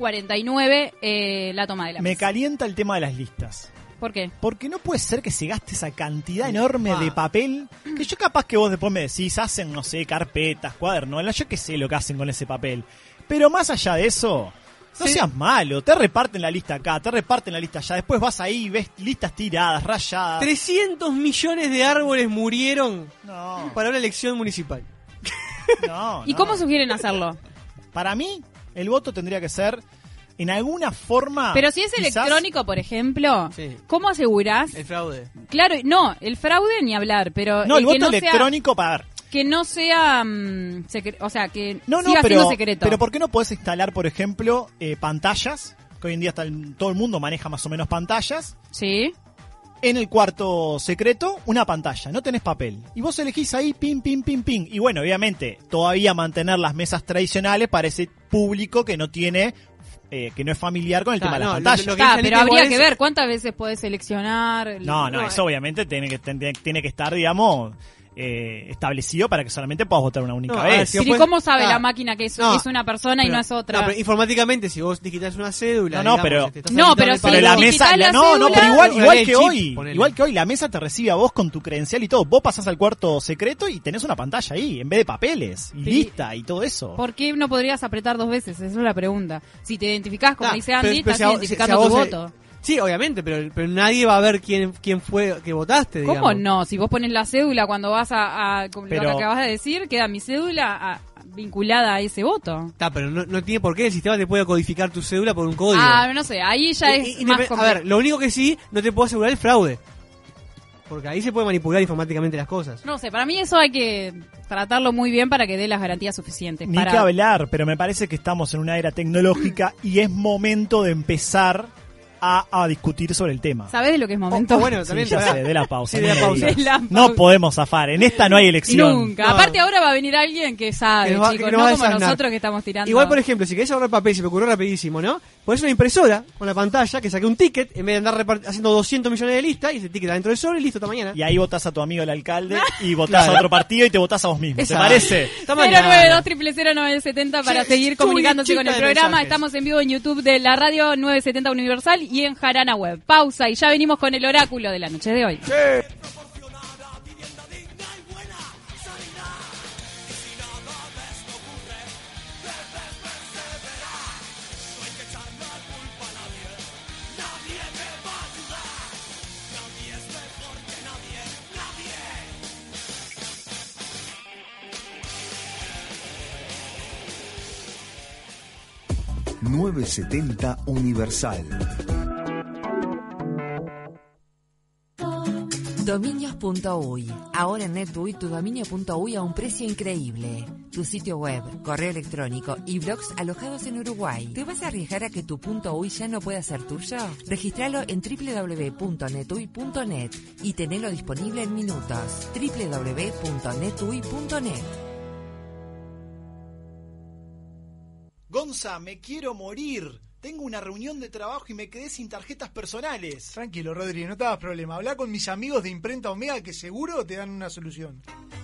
Speaker 4: 49 la toma de la
Speaker 3: Me
Speaker 4: mesa.
Speaker 3: calienta el tema de las listas.
Speaker 4: ¿Por qué?
Speaker 3: Porque no puede ser que se gaste esa cantidad enorme de papel. Que yo capaz que vos después me decís, hacen, no sé, carpetas, cuadernos, yo qué sé lo que hacen con ese papel. Pero más allá de eso, no
Speaker 5: Sí.
Speaker 3: seas malo. Te reparten la lista acá, te reparten la lista allá. Después vas ahí y ves listas tiradas, rayadas.
Speaker 5: 300 millones de árboles murieron
Speaker 3: No,
Speaker 5: para una elección municipal.
Speaker 3: no,
Speaker 4: ¿Y
Speaker 3: no.
Speaker 4: cómo sugieren hacerlo?
Speaker 3: Para mí, el voto tendría que ser en alguna forma.
Speaker 4: Pero si es
Speaker 3: quizás-
Speaker 4: electrónico, por ejemplo,
Speaker 5: Sí.
Speaker 4: ¿cómo asegurás?
Speaker 5: El fraude.
Speaker 4: Claro, no, el fraude ni hablar, pero
Speaker 3: No, el
Speaker 4: que
Speaker 3: voto
Speaker 4: no sea-
Speaker 3: electrónico para ver.
Speaker 4: que no sea o sea, que
Speaker 3: No,
Speaker 4: siga
Speaker 3: pero,
Speaker 4: siendo secreto.
Speaker 3: pero ¿por qué no podés instalar, por ejemplo, pantallas? Que hoy en día todo el mundo maneja más o menos pantallas.
Speaker 4: Sí.
Speaker 3: En el cuarto secreto, una pantalla, no tenés papel. Y vos elegís ahí, ping, ping, ping, ping. Y bueno, obviamente, todavía mantener las mesas tradicionales para ese público que no tiene, que no es familiar con el tema de la
Speaker 5: no,
Speaker 3: pantalla.
Speaker 5: lo que
Speaker 4: Está,
Speaker 5: dicen
Speaker 4: pero
Speaker 5: es que
Speaker 4: habría
Speaker 5: igual
Speaker 4: que
Speaker 5: es-
Speaker 4: ver cuántas veces podés seleccionar.
Speaker 3: No, eso obviamente tiene que estar, digamos, establecido para que solamente puedas votar una única
Speaker 5: No, a ver,
Speaker 3: vez.
Speaker 5: si
Speaker 4: Pero ¿y
Speaker 5: Después-
Speaker 4: cómo sabe
Speaker 5: Ah,
Speaker 4: la máquina que
Speaker 5: no,
Speaker 4: es una persona y
Speaker 5: Pero-
Speaker 4: no es otra?
Speaker 5: No, pero informáticamente, si vos digitás una cédula.
Speaker 3: No, pero-
Speaker 5: te estás
Speaker 4: No, pero
Speaker 5: habilitando el
Speaker 4: si
Speaker 3: Pero
Speaker 5: papel.
Speaker 3: la
Speaker 4: vos
Speaker 3: mesa,
Speaker 4: quitas la
Speaker 3: no,
Speaker 4: cédula-
Speaker 3: pero igual
Speaker 5: Ponele el
Speaker 3: que
Speaker 5: chip,
Speaker 3: hoy,
Speaker 5: ponele.
Speaker 3: igual que hoy, la mesa te recibe a vos con tu credencial y todo. Vos pasás al cuarto secreto y tenés una pantalla ahí, en vez de papeles, y
Speaker 4: Sí.
Speaker 3: lista y todo eso.
Speaker 4: ¿Por qué no podrías apretar 2 veces? Esa es la pregunta. Si te identificás, como
Speaker 5: Ah,
Speaker 4: dice
Speaker 5: pero-
Speaker 4: Andy,
Speaker 5: pero
Speaker 4: estás
Speaker 5: si a vos-
Speaker 4: identificando
Speaker 5: si a
Speaker 4: tu
Speaker 5: vos,
Speaker 4: voto.
Speaker 5: Sí, obviamente, pero nadie va a ver quién fue que votaste, digamos.
Speaker 4: ¿Cómo no? Si vos pones la cédula cuando vas como
Speaker 3: Pero-
Speaker 4: lo que acabas de decir, queda mi cédula vinculada a ese voto.
Speaker 5: Está, pero no tiene por qué, el sistema te puede codificar tu cédula por un código.
Speaker 4: Ah, no sé, ahí ya es más
Speaker 5: a ver,
Speaker 4: complejo.
Speaker 5: lo único que sí, no te puedo asegurar el fraude. Porque ahí se puede manipular informáticamente las cosas.
Speaker 4: No sé, para mí eso hay que tratarlo muy bien para que dé las garantías suficientes.
Speaker 3: Ni
Speaker 4: para...
Speaker 3: que hablar, pero me parece que estamos en una era tecnológica y es momento de empezar a discutir sobre el tema.
Speaker 4: ¿Sabés de lo que es momento?
Speaker 5: Oh, bueno,
Speaker 3: Sí,
Speaker 5: también
Speaker 3: ya
Speaker 5: pará.
Speaker 3: sé, de la pausa.
Speaker 5: Sí, de la
Speaker 3: no me
Speaker 5: pausa.
Speaker 3: digas.
Speaker 4: De la
Speaker 3: No
Speaker 4: pausa.
Speaker 3: podemos zafar. En esta no hay elección.
Speaker 4: Nunca.
Speaker 5: No.
Speaker 4: Aparte ahora va a venir alguien que sabe,
Speaker 5: Que nos va-
Speaker 4: chicos,
Speaker 5: que nos
Speaker 4: no
Speaker 5: va a
Speaker 4: como
Speaker 5: desasnar.
Speaker 4: nosotros que estamos tirando.
Speaker 5: Igual, por ejemplo, si querés ahorrar papel, se me ocurrió rapidísimo, ¿no? Ponés una impresora con la pantalla que saqué un ticket en vez de andar haciendo 200 millones de listas y ese ticket adentro del sobre y listo, hasta mañana.
Speaker 3: Y ahí votás a tu amigo el alcalde y votás
Speaker 5: Claro.
Speaker 3: a otro partido y te votás a vos mismo. ¿Te
Speaker 5: Exacto.
Speaker 3: parece?
Speaker 5: Hasta mañana.
Speaker 4: 092-00970 para
Speaker 5: Sí,
Speaker 4: seguir comunicándose con el
Speaker 5: chulita de
Speaker 4: programa.
Speaker 5: mensajes.
Speaker 4: Estamos en vivo en YouTube de la radio 970 Universal y en Jarana Web. Pausa y ya venimos con el oráculo de la noche de hoy.
Speaker 6: 970 Universal.
Speaker 7: Dominios.uy. Ahora en NetUI tu dominio.uy a un precio increíble. Tu sitio web, correo electrónico y blogs alojados en Uruguay. ¿Te vas a arriesgar a que tu .uy ya no pueda ser tuyo? Registralo en www.netuy.net y tenelo disponible en minutos. www.netuy.net.
Speaker 3: Gonza, me quiero morir. Tengo una reunión de trabajo y me quedé sin tarjetas personales.
Speaker 8: Tranquilo, Rodri, no te hagas problema. Habla con mis amigos de Imprenta Omega que seguro te dan una solución.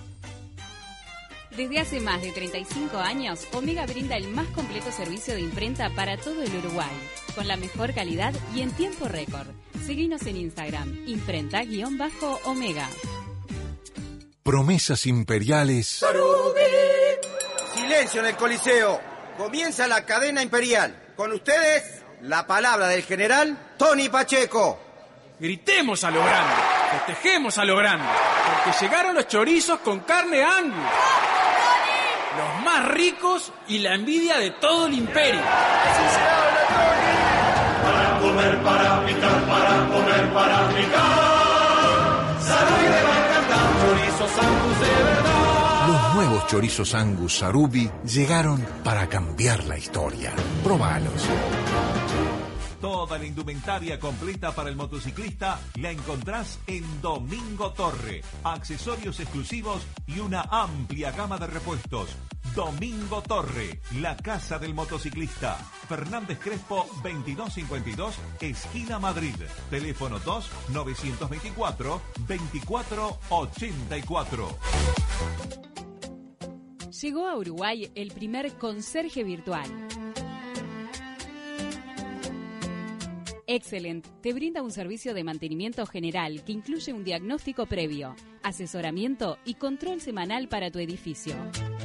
Speaker 4: Desde hace más de 35 años, Omega brinda el más completo servicio de imprenta para todo el Uruguay, con la mejor calidad y en tiempo récord. Seguinos en Instagram, imprenta_Omega.
Speaker 9: Promesas imperiales.
Speaker 10: Silencio en el Coliseo. Comienza la cadena imperial. Con ustedes, la palabra del general Tony Pacheco.
Speaker 11: Gritemos a lo grande, festejemos a lo grande, porque llegaron los chorizos con carne Angus. Los más ricos y la envidia de todo el imperio.
Speaker 12: Así se habla, Tony. Para comer, para picar, para comer, para picar. Salud y de Bacardán, chorizos Angus de verdad.
Speaker 9: Los nuevos chorizos Angus Sarubi llegaron para cambiar la historia. Probalos.
Speaker 13: Toda la indumentaria completa para el motociclista la encontrás en Domingo Torre. Accesorios exclusivos y una amplia gama de repuestos. Domingo Torre, la casa del motociclista. Fernández Crespo 2252, esquina Madrid. Teléfono 2-924-2484.
Speaker 4: Llegó a Uruguay el primer conserje virtual. Excellent te brinda un servicio de mantenimiento general que incluye un diagnóstico previo, asesoramiento y control semanal para tu edificio.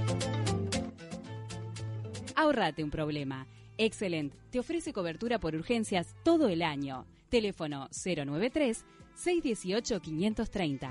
Speaker 4: Ahórrate un problema. Excellent te ofrece cobertura por urgencias todo el año. Teléfono 093-618-530.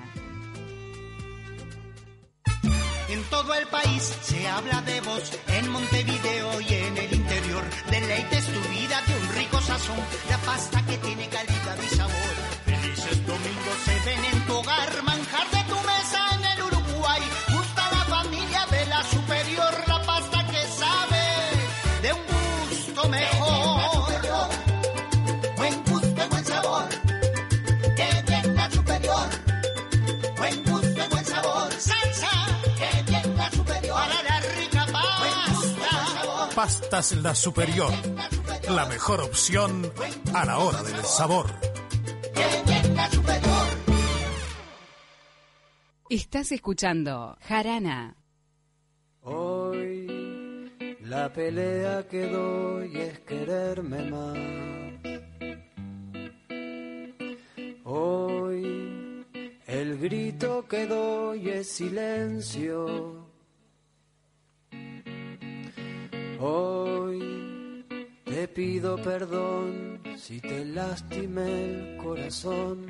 Speaker 14: En todo el país se habla de vos, en Montevideo y en el interior. Deleites tu vida de un rico sazón, la pasta que tiene calidad y sabor. Felices domingos se ven en tu hogar, manjar de tu mesa en el Uruguay. Gusta la familia de la superior, la pasta que sabe de un gusto mejor. Buen gusto y buen sabor, que bien la superior. Buen gusto y buen sabor, salsa. Para la rica pasta.
Speaker 15: Pastas La Superior, la mejor opción a la hora del sabor.
Speaker 2: Estás escuchando Jarana.
Speaker 16: Hoy la pelea que doy es quererme más. Hoy el grito que doy es silencio. Hoy te pido perdón si te lastimé el corazón.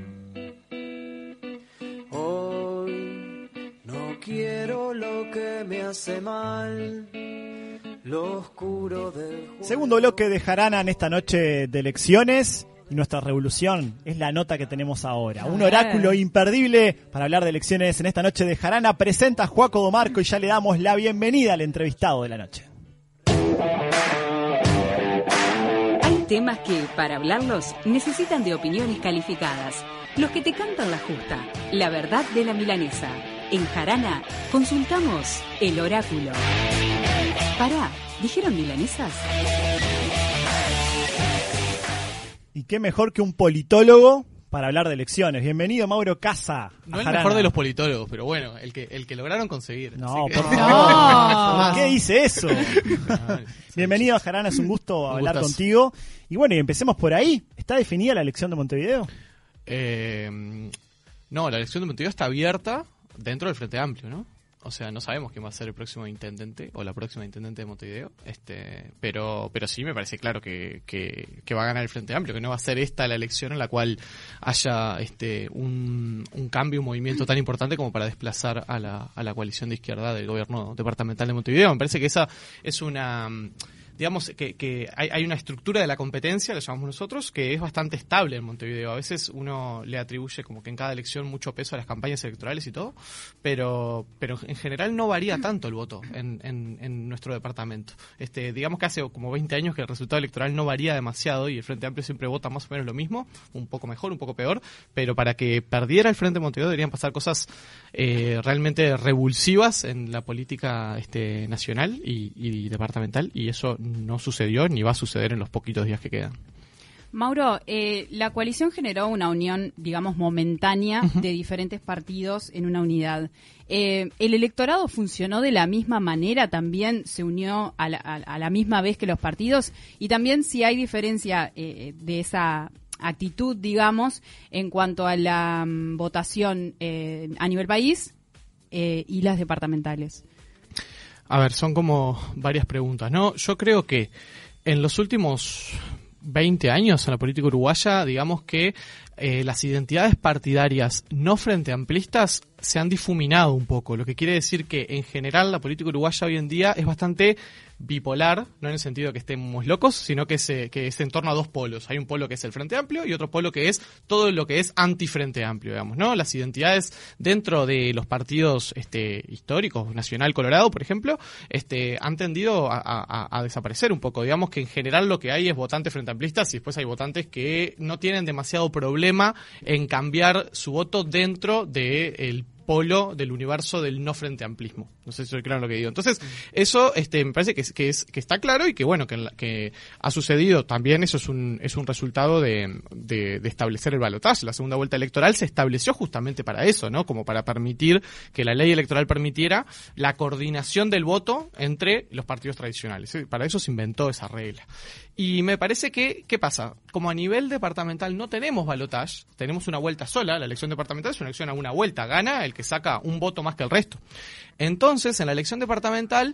Speaker 16: Hoy no quiero lo que me hace mal, lo oscuro del juego.
Speaker 3: Segundo bloque de Jarana en esta noche de elecciones. Y nuestra revolución es la nota que tenemos ahora. Un oráculo imperdible para hablar de elecciones en esta noche de Jarana. Presenta a Joaco Domarco y ya le damos la bienvenida al entrevistado de la noche.
Speaker 2: Hay temas que, para hablarlos, necesitan de opiniones calificadas. Los que te cantan la justa, la verdad de la milanesa. En Jarana consultamos el oráculo. Pará, ¿dijeron milanesas?
Speaker 3: Y qué mejor que un politólogo para hablar de elecciones. Bienvenido, Mauro Casa.
Speaker 17: No el mejor de los politólogos, pero bueno, el que lograron conseguir.
Speaker 3: No,
Speaker 17: por
Speaker 3: favor. No. ¿Por qué dice eso? Bienvenido a Jarana, es un gusto hablar contigo. Y bueno, y empecemos por ahí. ¿Está definida la elección de Montevideo?
Speaker 17: No, la elección de Montevideo está abierta dentro del Frente Amplio, ¿no? O sea, no sabemos quién va a ser el próximo intendente o la próxima intendente de Montevideo, pero sí me parece claro que va a ganar el Frente Amplio, que no va a ser esta la elección en la cual haya un cambio, un movimiento tan importante como para desplazar a la coalición de izquierda del gobierno departamental de Montevideo. Me parece que esa es una digamos, que hay una estructura de la competencia, lo llamamos nosotros, que es bastante estable en Montevideo. A veces uno le atribuye como que en cada elección mucho peso a las campañas electorales y todo, pero en general no varía tanto el voto en nuestro departamento. Digamos que hace como 20 años que el resultado electoral no varía demasiado y el Frente Amplio siempre vota más o menos lo mismo, un poco mejor, un poco peor, pero para que perdiera el Frente Montevideo deberían pasar cosas realmente revulsivas en la política nacional y departamental, y eso no sucedió ni va a suceder en los poquitos días que quedan.
Speaker 4: Mauro, la coalición generó una unión, digamos, momentánea de diferentes partidos en una unidad. ¿El electorado funcionó de la misma manera? ¿También se unió a la misma vez que los partidos? Y también si hay diferencia de esa actitud, digamos, en cuanto a la votación a nivel país y las departamentales.
Speaker 17: A ver, son como varias preguntas, ¿no? Yo creo que en los últimos 20 años en la política uruguaya, digamos que las identidades partidarias no frente amplistas se han difuminado un poco, lo que quiere decir que en general la política uruguaya hoy en día es bastante bipolar, no en el sentido de que estemos locos, sino que es en torno a dos polos. Hay un polo que es el Frente Amplio y otro polo que es todo lo que es anti-Frente Amplio, digamos, ¿no? Las identidades dentro de los partidos históricos, Nacional Colorado, por ejemplo, han tendido a desaparecer un poco. Digamos que en general lo que hay es votantes frente amplistas y después hay votantes que no tienen demasiado problema en cambiar su voto dentro del polo del universo del no frente amplismo. No sé si soy claro en lo que digo. Entonces, eso me parece que está claro y que bueno, que ha sucedido también. Eso es un resultado de establecer el balotaje. La segunda vuelta electoral se estableció justamente para eso, ¿no? Como para permitir que la ley electoral permitiera la coordinación del voto entre los partidos tradicionales. Para eso se inventó esa regla. Y me parece que, ¿qué pasa? Como a nivel departamental no tenemos balotaje, tenemos una vuelta sola. La elección departamental es una elección a una vuelta. Gana el que saca un voto más que el resto. Entonces, en la elección departamental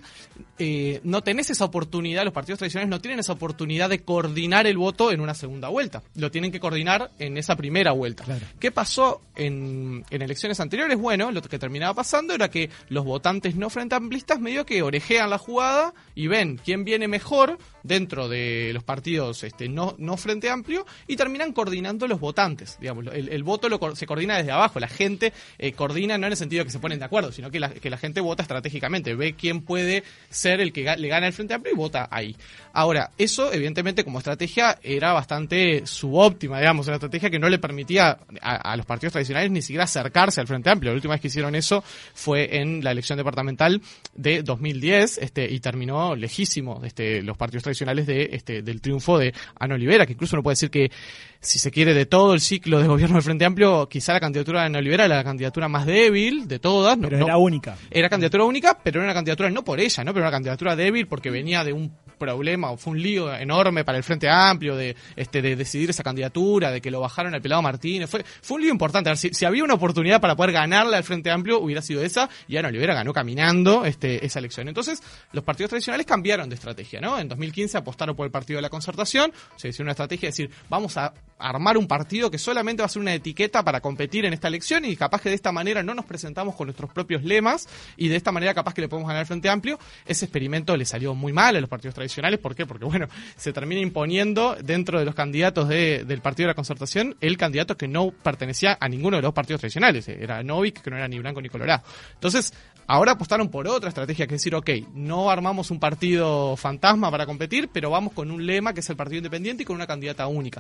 Speaker 17: no tenés esa oportunidad, los partidos tradicionales no tienen esa oportunidad de coordinar el voto en una segunda vuelta. Lo tienen que coordinar en esa primera vuelta. Claro. ¿Qué pasó en elecciones anteriores? Bueno, lo que terminaba pasando era que los votantes no frente amplistas medio que orejean la jugada y ven quién viene mejor dentro de los partidos no frente amplio y terminan coordinando los votantes. Digamos, el voto se coordina desde abajo. La gente coordina no en el sentido de que se ponen de acuerdo, sino que la gente vota estratégicamente, ve quién puede ser el que le gana el Frente Amplio y vota ahí. Ahora, eso evidentemente como estrategia era bastante subóptima, digamos, una estrategia que no le permitía a los partidos tradicionales ni siquiera acercarse al Frente Amplio. La última vez que hicieron eso fue en la elección departamental de 2010 y terminó lejísimo los partidos tradicionales del triunfo de Ana Olivera, que incluso uno puede decir que si se quiere de todo el ciclo de gobierno del Frente Amplio, quizá la candidatura de Ana Olivera era la candidatura más débil de todas.
Speaker 3: Pero era única.
Speaker 17: Era candidatura única, pero era una candidatura no por ella, ¿no? Pero era una candidatura débil porque venía de un problema, o fue un lío enorme para el Frente Amplio de decidir esa candidatura, de que lo bajaron al Pelado Martínez. Fue un lío importante. A ver, si había una oportunidad para poder ganarle al Frente Amplio, hubiera sido esa, y Ana Olivera ganó caminando esa elección. Entonces, los partidos tradicionales cambiaron de estrategia, ¿no? En 2015 apostaron por el Partido de la Concertación, se hizo una estrategia de decir, vamos a armar un partido que solamente va a ser una etiqueta para competir en esta elección y capaz que de esta manera no nos presentamos con nuestros propios lemas y de esta manera capaz que le podemos ganar al Frente Amplio. Ese experimento le salió muy mal a los partidos tradicionales. ¿Por qué? Porque, bueno, se termina imponiendo dentro de los candidatos del Partido de la Concertación el candidato que no pertenecía a ninguno de los partidos tradicionales. Era Novik, que no era ni blanco ni colorado. Entonces, ahora apostaron por otra estrategia, que es decir, ok, no armamos un partido fantasma para competir, pero vamos con un lema que es el Partido Independiente y con una candidata única.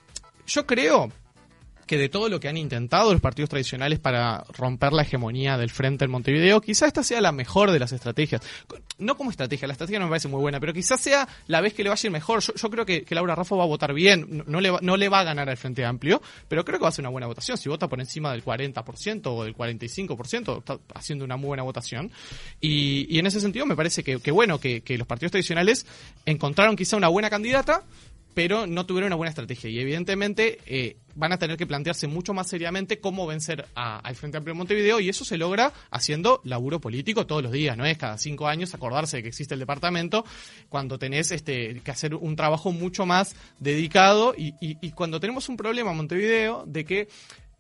Speaker 17: Yo creo que de todo lo que han intentado los partidos tradicionales para romper la hegemonía del Frente en Montevideo, quizá esta sea la mejor de las estrategias. No como estrategia, la estrategia no me parece muy buena, pero quizás sea la vez que le vaya a ir mejor. Yo creo que Laura Raffo va a votar bien, no le va a ganar al Frente Amplio, pero creo que va a ser una buena votación. Si vota por encima del 40% o del 45%, está haciendo una muy buena votación. Y en ese sentido me parece que bueno, que los partidos tradicionales encontraron quizá una buena candidata, pero no tuvieron una buena estrategia y evidentemente van a tener que plantearse mucho más seriamente cómo vencer al Frente Amplio de Montevideo, y eso se logra haciendo laburo político todos los días, no es cada 5 años acordarse de que existe el departamento, cuando tenés que hacer un trabajo mucho más dedicado y cuando tenemos un problema en Montevideo de que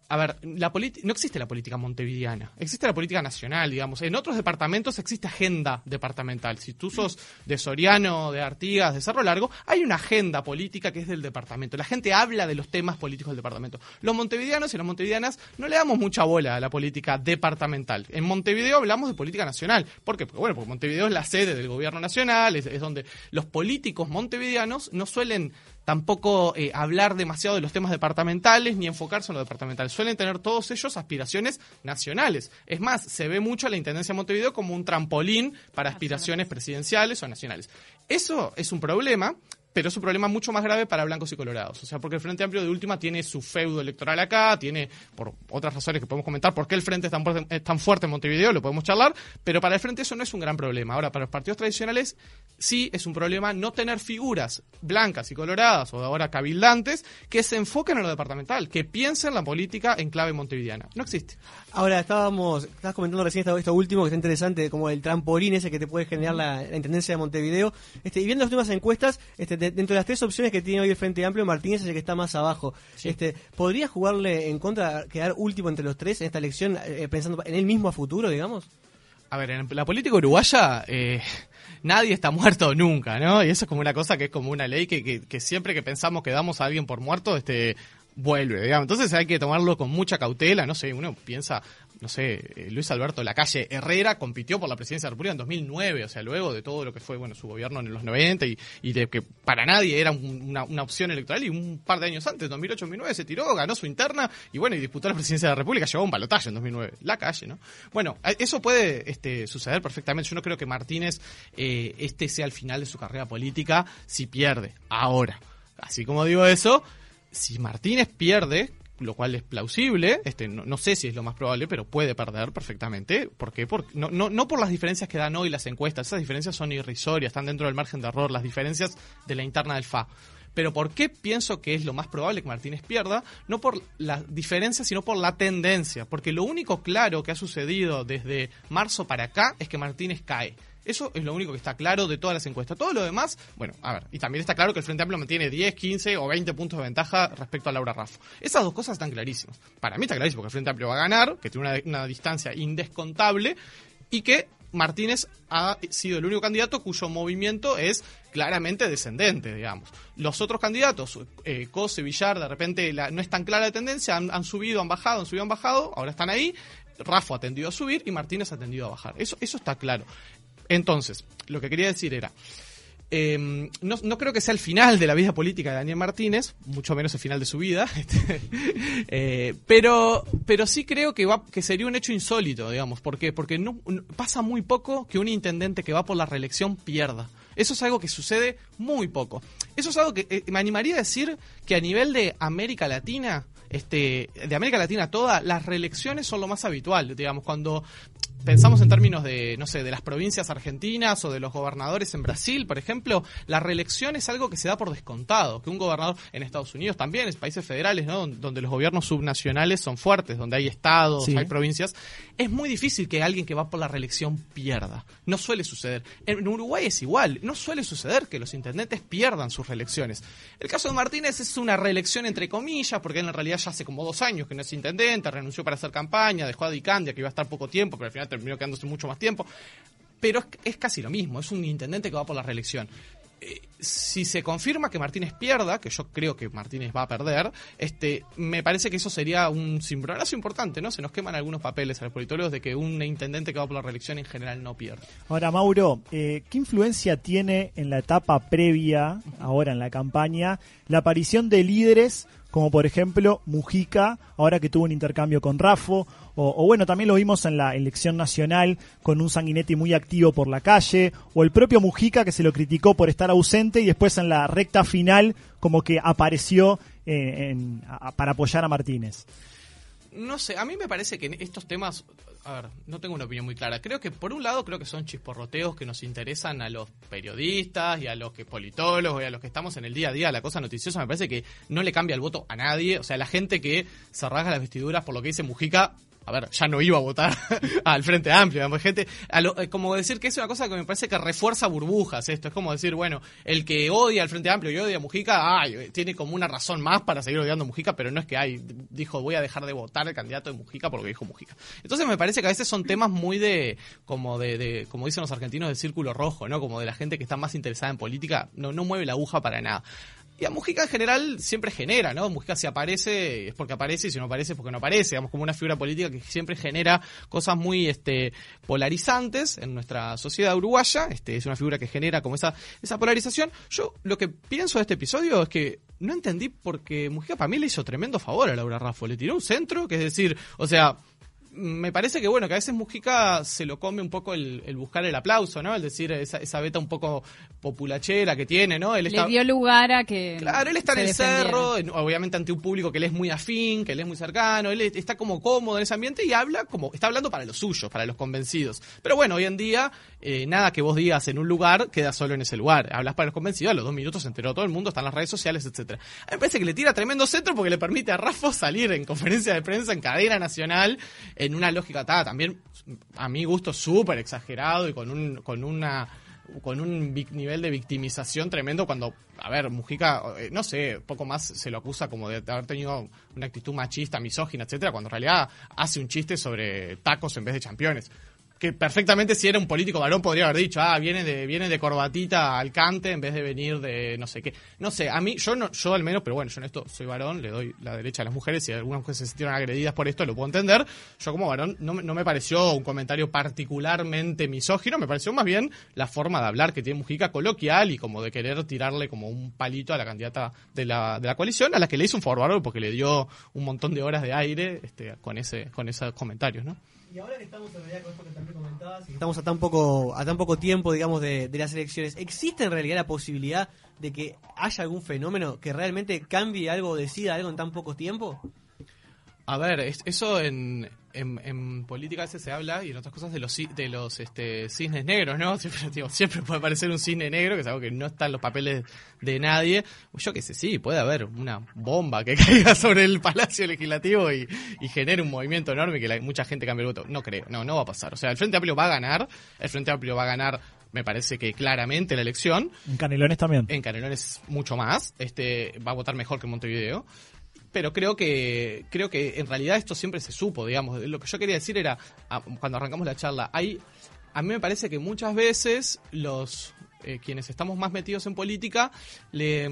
Speaker 17: A ver, no existe la política montevideana, existe la política nacional, digamos. En otros departamentos existe agenda departamental. Si tú sos de Soriano, de Artigas, de Cerro Largo, hay una agenda política que es del departamento. La gente habla de los temas políticos del departamento. Los montevideanos y las montevideanas no le damos mucha bola a la política departamental. En Montevideo hablamos de política nacional. ¿Por qué? Porque Montevideo es la sede del gobierno nacional, es donde los políticos montevideanos no suelen tampoco hablar demasiado de los temas departamentales ni enfocarse en lo departamental. Suelen tener todos ellos aspiraciones nacionales. Es más, se ve mucho a la Intendencia de Montevideo como un trampolín para aspiraciones presidenciales o nacionales. Eso es un problema, pero es un problema mucho más grave para blancos y colorados. O sea, porque el Frente Amplio de última tiene su feudo electoral acá, tiene, por otras razones que podemos comentar, por qué el Frente es tan fuerte en Montevideo, lo podemos charlar, pero para el Frente eso no es un gran problema. Ahora, para los partidos tradicionales sí es un problema no tener figuras blancas y coloradas, o ahora cabildantes, que se enfoquen en lo departamental, que piensen la política en clave montevideana. No existe.
Speaker 5: Ahora, estabas comentando recién esto último, que está interesante, como el trampolín ese que te puede generar la Intendencia de Montevideo. Y viendo las últimas encuestas, dentro de las tres opciones que tiene hoy el Frente Amplio, Martínez es el que está más abajo. Sí. ¿Podría jugarle en contra, quedar último entre los tres en esta elección, pensando en él mismo a futuro, digamos?
Speaker 17: A ver, en la política uruguaya nadie está muerto nunca, ¿no? Y eso es como una cosa que es como una ley que siempre que pensamos que damos a alguien por muerto, vuelve, digamos. Entonces hay que tomarlo con mucha cautela, no sé, uno piensa, no sé, Luis Alberto Lacalle Herrera compitió por la presidencia de la República en 2009, o sea, luego de todo lo que fue, su gobierno en los 90 y de que para nadie era una opción electoral, y un par de años antes, 2008-2009, se tiró, ganó su interna y disputó la presidencia de la República, llegó a un balotaje en 2009, Lacalle, ¿no? Bueno, eso puede suceder perfectamente. Yo no creo que Martínez sea el final de su carrera política si pierde. Ahora, así como digo eso, si Martínez pierde, lo cual es plausible, no sé si es lo más probable, pero puede perder perfectamente. ¿Por qué? No por las diferencias que dan hoy las encuestas, esas diferencias son irrisorias, están dentro del margen de error, las diferencias de la interna del FA. Pero ¿por qué pienso que es lo más probable que Martínez pierda? No por la diferencia, sino por la tendencia. Porque lo único claro que ha sucedido desde marzo para acá es que Martínez cae. Eso es lo único que está claro de todas las encuestas. Todo lo demás, y también está claro que el Frente Amplio mantiene 10, 15 o 20 puntos de ventaja respecto a Laura Raffo. Esas dos cosas están clarísimas. Para mí está clarísimo que el Frente Amplio va a ganar, que tiene una distancia indescontable y que Martínez ha sido el único candidato cuyo movimiento es claramente descendente, digamos. Los otros candidatos, Cose, Villar, de repente no es tan clara la tendencia, han subido, han bajado, ahora están ahí. Raffo ha tendido a subir y Martínez ha tendido a bajar. Eso está claro. Entonces, lo que quería decir era, no creo que sea el final de la vida política de Daniel Martínez, mucho menos el final de su vida, pero sí creo que sería un hecho insólito, digamos. ¿Por qué? Porque no pasa muy poco que un intendente que va por la reelección pierda. Eso es algo que sucede muy poco. Eso es algo que me animaría a decir que a nivel de América Latina, de América Latina toda, las reelecciones son lo más habitual, digamos, cuando pensamos en términos de, no sé, de las provincias argentinas o de los gobernadores en Brasil, por ejemplo, la reelección es algo que se da por descontado, que un gobernador en Estados Unidos también, en países federales, ¿no? Donde los gobiernos subnacionales son fuertes, donde hay estados, sí, hay provincias, es muy difícil que alguien que va por la reelección pierda. No suele suceder. En Uruguay es igual, no suele suceder que los intendentes pierdan sus reelecciones. El caso de Martínez es una reelección entre comillas, porque él en realidad ya hace como 2 años que no es intendente, renunció para hacer campaña, dejó a Dicandia, que iba a estar poco tiempo, pero al final terminó quedándose mucho más tiempo. Pero es casi lo mismo, es un intendente que va por la reelección. Si se confirma que Martínez pierda, que yo creo que Martínez va a perder, me parece que eso sería un cimbronazo importante, ¿no? Se nos queman algunos papeles a los politólogos de que un intendente que va por la reelección en general no pierde.
Speaker 3: Ahora, Mauro, ¿qué influencia tiene en la etapa previa, ahora en la campaña, la aparición de líderes como por ejemplo Mujica, ahora que tuvo un intercambio con Raffo, o bueno, también lo vimos en la elección nacional con un Sanguinetti muy activo por la calle, o el propio Mujica que se lo criticó por estar ausente y después en la recta final como que apareció para apoyar a Martínez?
Speaker 17: No sé, a mí me parece que en estos temas, a ver, no tengo una opinión muy clara. Creo que por un lado creo que son chisporroteos que nos interesan a los periodistas y a los politólogos y a los que estamos en el día a día. La cosa noticiosa me parece que no le cambia el voto a nadie. O sea, la gente que se rasga las vestiduras por lo que dice Mujica, a ver, ya no iba a votar al Frente Amplio. Digamos, gente, como decir que es una cosa que me parece que refuerza burbujas esto. Es como decir, bueno, el que odia al Frente Amplio y odia a Mujica, tiene como una razón más para seguir odiando a Mujica, pero no es que dijo voy a dejar de votar al candidato de Mujica porque dijo Mujica. Entonces me parece que a veces son temas muy como dicen los argentinos, del círculo rojo, ¿no? Como de la gente que está más interesada en política, no mueve la aguja para nada. Y a Mujica en general siempre genera, ¿no? Mujica si aparece es porque aparece y si no aparece es porque no aparece. Digamos, como una figura política que siempre genera cosas muy polarizantes en nuestra sociedad uruguaya. Es una figura que genera como esa polarización. Yo lo que pienso de este episodio es que no entendí porque Mujica para mí le hizo tremendo favor a Laura Raffo. Le tiró un centro, que es decir, o sea, me parece que bueno, que a veces Mujica se lo come un poco el buscar el aplauso, ¿no? Es decir, esa beta un poco populachera que tiene, ¿no?
Speaker 4: Le dio lugar a que
Speaker 17: claro, él está en el cerro, obviamente ante un público que él es muy afín, que él es muy cercano, él está como cómodo en ese ambiente y está hablando para los suyos, para los convencidos. Pero bueno, hoy en día, nada que vos digas en un lugar queda solo en ese lugar. Hablas para los convencidos, a los 2 minutos se enteró todo el mundo, están las redes sociales, etcétera. A mí me parece que le tira tremendo centro porque le permite a Raffo salir en conferencia de prensa en cadena nacional, en una lógica también a mi gusto súper exagerado y con un nivel de victimización tremendo cuando, a ver, Mujica, no sé, poco más se lo acusa como de haber tenido una actitud machista, misógina, etcétera, cuando en realidad hace un chiste sobre tacos en vez de championes. Que perfectamente si era un político varón podría haber dicho, viene de corbatita al cante en vez de venir de no sé qué. No sé, a mí, yo al menos, pero bueno, yo en esto soy varón, le doy la derecha a las mujeres, si algunas mujeres se sintieron agredidas por esto, lo puedo entender. Yo como varón no me pareció un comentario particularmente misógino, me pareció más bien la forma de hablar que tiene Mujica, coloquial y como de querer tirarle como un palito a la candidata de la coalición, a la que le hizo un favor bárbaro porque le dio un montón de horas de aire con esos comentarios, ¿no?
Speaker 5: Y ahora que estamos en realidad con esto que también comentabas, y estamos a tan poco tiempo, digamos, de las elecciones, ¿existe en realidad la posibilidad de que haya algún fenómeno que realmente cambie algo o decida algo en tan poco tiempo?
Speaker 17: A ver, eso en política a veces se habla, y en otras cosas, de los cisnes negros, ¿no? Siempre puede aparecer un cisne negro, que es algo que no está en los papeles de nadie. Yo qué sé, sí, puede haber una bomba que caiga sobre el Palacio Legislativo y genere un movimiento enorme y que mucha gente cambie el voto. No creo, no va a pasar. O sea, el Frente Amplio va a ganar, me parece que claramente la elección.
Speaker 3: En Canelones también.
Speaker 17: En Canelones mucho más. Va a votar mejor que en Montevideo. Pero creo que en realidad esto siempre se supo, digamos. Lo que yo quería decir era, cuando arrancamos la charla, a mí me parece que muchas veces los quienes estamos más metidos en política le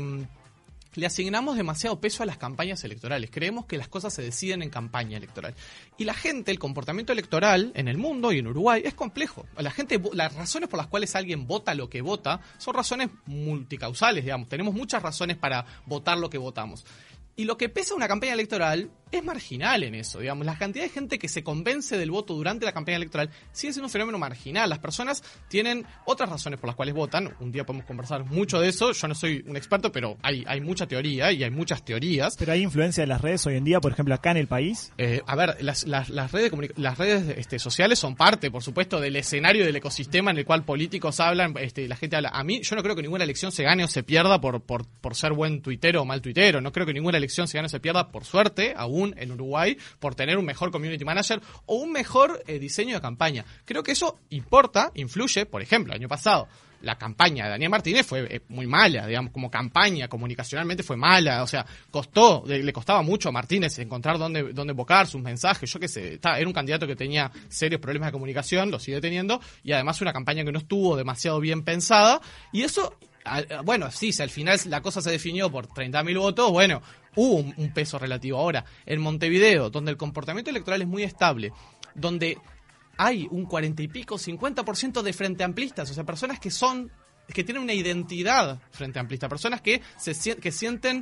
Speaker 17: asignamos demasiado peso a las campañas electorales. Creemos que las cosas se deciden en campaña electoral. Y la gente, el comportamiento electoral en el mundo y en Uruguay es complejo. Las razones por las cuales alguien vota lo que vota son razones multicausales, digamos. Tenemos muchas razones para votar lo que votamos. Y lo que pesa una campaña electoral es marginal en eso, digamos. La cantidad de gente que se convence del voto durante la campaña electoral sigue siendo un fenómeno marginal. Las personas tienen otras razones por las cuales votan. Un día podemos conversar mucho de eso. Yo no soy un experto, pero hay mucha teoría y hay muchas teorías.
Speaker 3: Pero hay influencia de las redes hoy en día, por ejemplo, acá en el país.
Speaker 17: A ver, las redes sociales son parte, por supuesto, del escenario del ecosistema en el cual políticos hablan, la gente habla. A mí, yo no creo que ninguna elección se gane o se pierda por ser buen tuitero o mal tuitero. No creo que ninguna elección se gane o se pierda, por suerte, aún en Uruguay, por tener un mejor community manager o un mejor diseño de campaña. Creo que eso importa, influye. Por ejemplo, el año pasado la campaña de Daniel Martínez fue muy mala, digamos, como campaña, comunicacionalmente fue mala, o sea, le costaba mucho a Martínez encontrar dónde enfocar sus mensajes, yo qué sé, era un candidato que tenía serios problemas de comunicación, lo sigue teniendo, y además una campaña que no estuvo demasiado bien pensada, y eso, bueno, sí, si al final la cosa se definió por 30.000 votos, bueno, hubo un peso relativo. Ahora, en Montevideo, donde el comportamiento electoral es muy estable, donde hay un 40 y pico, 50% de frente amplistas, o sea, personas que tienen una identidad frente amplista, personas que sienten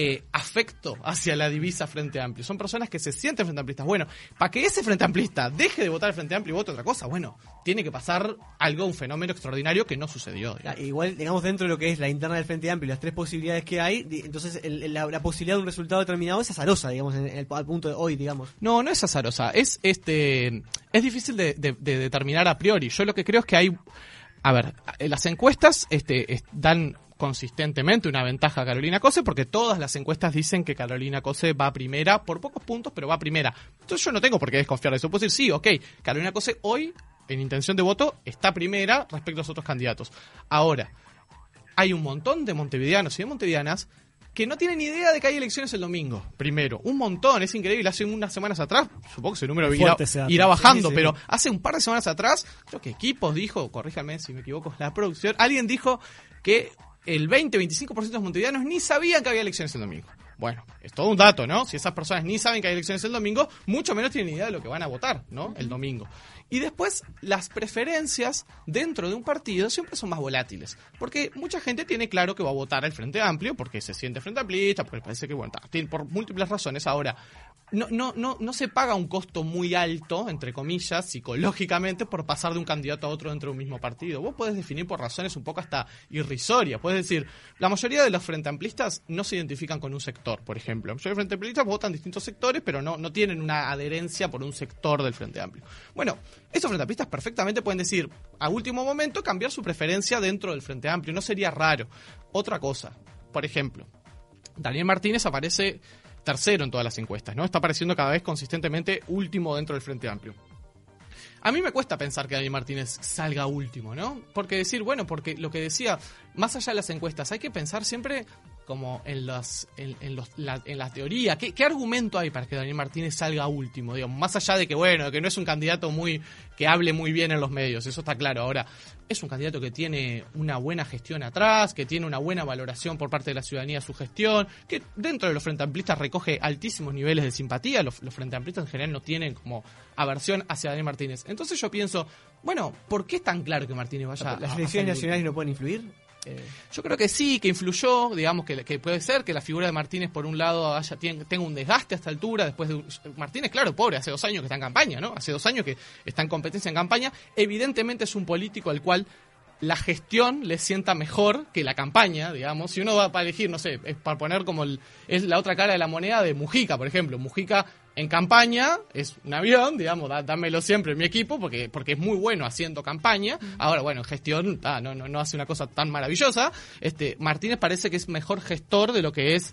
Speaker 17: afecto hacia la divisa Frente Amplio, son personas que se sienten frente amplistas. Bueno, para que ese frente amplista deje de votar el Frente Amplio y vote otra cosa, bueno, tiene que pasar un fenómeno extraordinario que no sucedió.
Speaker 5: Igual, digamos, dentro de lo que es la interna del Frente Amplio, las tres posibilidades que hay, entonces la posibilidad de un resultado determinado es azarosa, digamos, al punto de hoy, digamos.
Speaker 17: No es azarosa, es difícil de determinar a priori. Yo lo que creo es que hay... A ver, las encuestas dan consistentemente una ventaja a Carolina Cose, porque todas las encuestas dicen que Carolina Cose va primera, por pocos puntos, pero va primera. Entonces yo no tengo por qué desconfiar de eso. Puedo decir, sí, ok, Carolina Cose hoy, en intención de voto, está primera respecto a los otros candidatos. Ahora, hay un montón de montevideanos y de montevideanas que no tienen idea de que hay elecciones el domingo. Primero, un montón, es increíble. Hace unas semanas atrás, supongo que ese número irá bajando, sí. Pero hace un par de semanas atrás, creo que Equipos dijo, corríjame si me equivoco, la producción, alguien dijo que el 20-25% de los montevideanos ni sabían que había elecciones el domingo. Bueno, es todo un dato, ¿no? Si esas personas ni saben que hay elecciones el domingo, mucho menos tienen idea de lo que van a votar, ¿no? El domingo. Y después, las preferencias dentro de un partido siempre son más volátiles. Porque mucha gente tiene claro que va a votar al Frente Amplio, porque se siente frente amplista, porque parece que, bueno, por múltiples razones. Ahora, no se paga un costo muy alto, entre comillas, psicológicamente, por pasar de un candidato a otro dentro de un mismo partido. Vos podés definir por razones un poco hasta irrisorias. Podés decir, la mayoría de los Frente Amplistas no se identifican con un sector, por ejemplo. La mayoría de los Frente Amplistas votan distintos sectores, pero no tienen una adherencia por un sector del Frente Amplio. Bueno, esos Frente Amplistas perfectamente pueden decir, a último momento, cambiar su preferencia dentro del Frente Amplio. No sería raro. Otra cosa, por ejemplo, Daniel Martínez aparece tercero en todas las encuestas, ¿no? Está apareciendo cada vez consistentemente último dentro del Frente Amplio. A mí me cuesta pensar que Daniel Martínez salga último, ¿no? Porque lo que decía, más allá de las encuestas, hay que pensar siempre como en la teoría. ¿Qué argumento hay para que Daniel Martínez salga último? Digamos, más allá de que, bueno, que no es un candidato que hable muy bien en los medios, eso está claro. Ahora, es un candidato que tiene una buena gestión atrás, que tiene una buena valoración por parte de la ciudadanía de su gestión, que dentro de los Frente Amplistas recoge altísimos niveles de simpatía. Los Frente Amplistas en general no tienen como aversión hacia Daniel Martínez. Entonces yo pienso, bueno, ¿por qué es tan claro que Martínez vaya
Speaker 5: ¿Las elecciones nacionales no pueden influir?
Speaker 17: Yo creo que sí, que influyó, digamos que puede ser que la figura de Martínez por un lado tenga un desgaste a esta altura, después de Martínez, claro, pobre, hace 2 años que está en campaña, ¿no? Hace 2 años que está en competencia en campaña, evidentemente es un político al cual la gestión le sienta mejor que la campaña, digamos. Si uno va para elegir, no sé, es para poner como es la otra cara de la moneda de Mujica, por ejemplo. Mujica en campaña es un avión, digamos, dámelo siempre en mi equipo porque es muy bueno haciendo campaña. Ahora, bueno, en gestión no hace una cosa tan maravillosa. Martínez parece que es mejor gestor de lo que es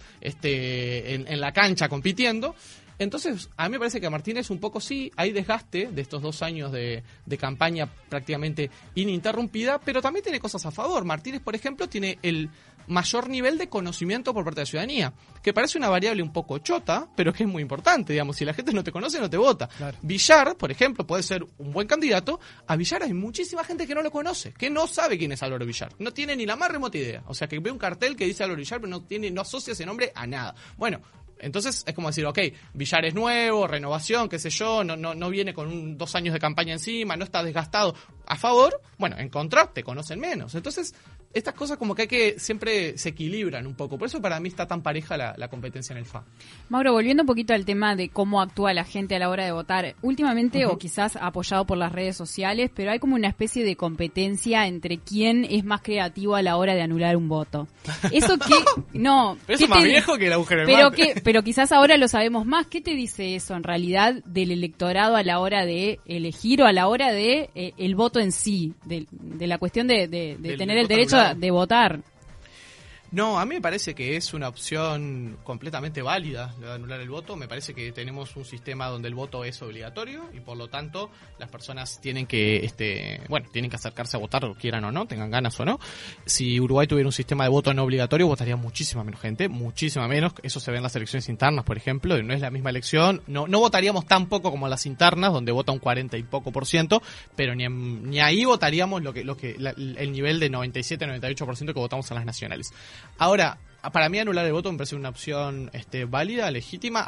Speaker 17: en la cancha compitiendo. Entonces, a mí me parece que a Martínez un poco sí, hay desgaste de estos 2 años de campaña prácticamente ininterrumpida, pero también tiene cosas a favor. Martínez, por ejemplo, tiene el mayor nivel de conocimiento por parte de la ciudadanía, que parece una variable un poco chota, pero que es muy importante, digamos, si la gente no te conoce, no te vota. Claro. Villar, por ejemplo, puede ser un buen candidato. A Villar hay muchísima gente que no lo conoce, que no sabe quién es Álvaro Villar, no tiene ni la más remota idea, o sea, que ve un cartel que dice Álvaro Villar, pero no asocia ese nombre a nada. Bueno, entonces es como decir, ok, Villar es nuevo, renovación, qué sé yo, no viene con 2 años de campaña encima, no está desgastado. A favor, bueno, en contra, te conocen menos. Entonces, estas cosas como que siempre se equilibran un poco. Por eso para mí está tan pareja la competencia en el FA.
Speaker 4: Mauro, volviendo un poquito al tema de cómo actúa la gente a la hora de votar, últimamente, o quizás apoyado por las redes sociales, pero hay como una especie de competencia entre quién es más creativo a la hora de anular un voto. Eso que... No.
Speaker 17: Pero eso es más viejo que el agujero de mate.
Speaker 4: Pero quizás ahora lo sabemos más. ¿Qué te dice eso en realidad del electorado a la hora de elegir o a la hora de el voto en sí, de la cuestión de tener el derecho de votar?
Speaker 17: No, a mí me parece que es una opción completamente válida de anular el voto. Me parece que tenemos un sistema donde el voto es obligatorio y por lo tanto las personas tienen que tienen que acercarse a votar, quieran o no, tengan ganas o no. Si Uruguay tuviera un sistema de voto no obligatorio, votaría muchísima menos gente, muchísima menos. Eso se ve en las elecciones internas, por ejemplo, no es la misma elección. No votaríamos tan poco como las internas, donde vota un 40 y poco %, pero ni ahí votaríamos el nivel de 97-98% que votamos en las nacionales. Ahora, para mí anular el voto me parece una opción válida, legítima.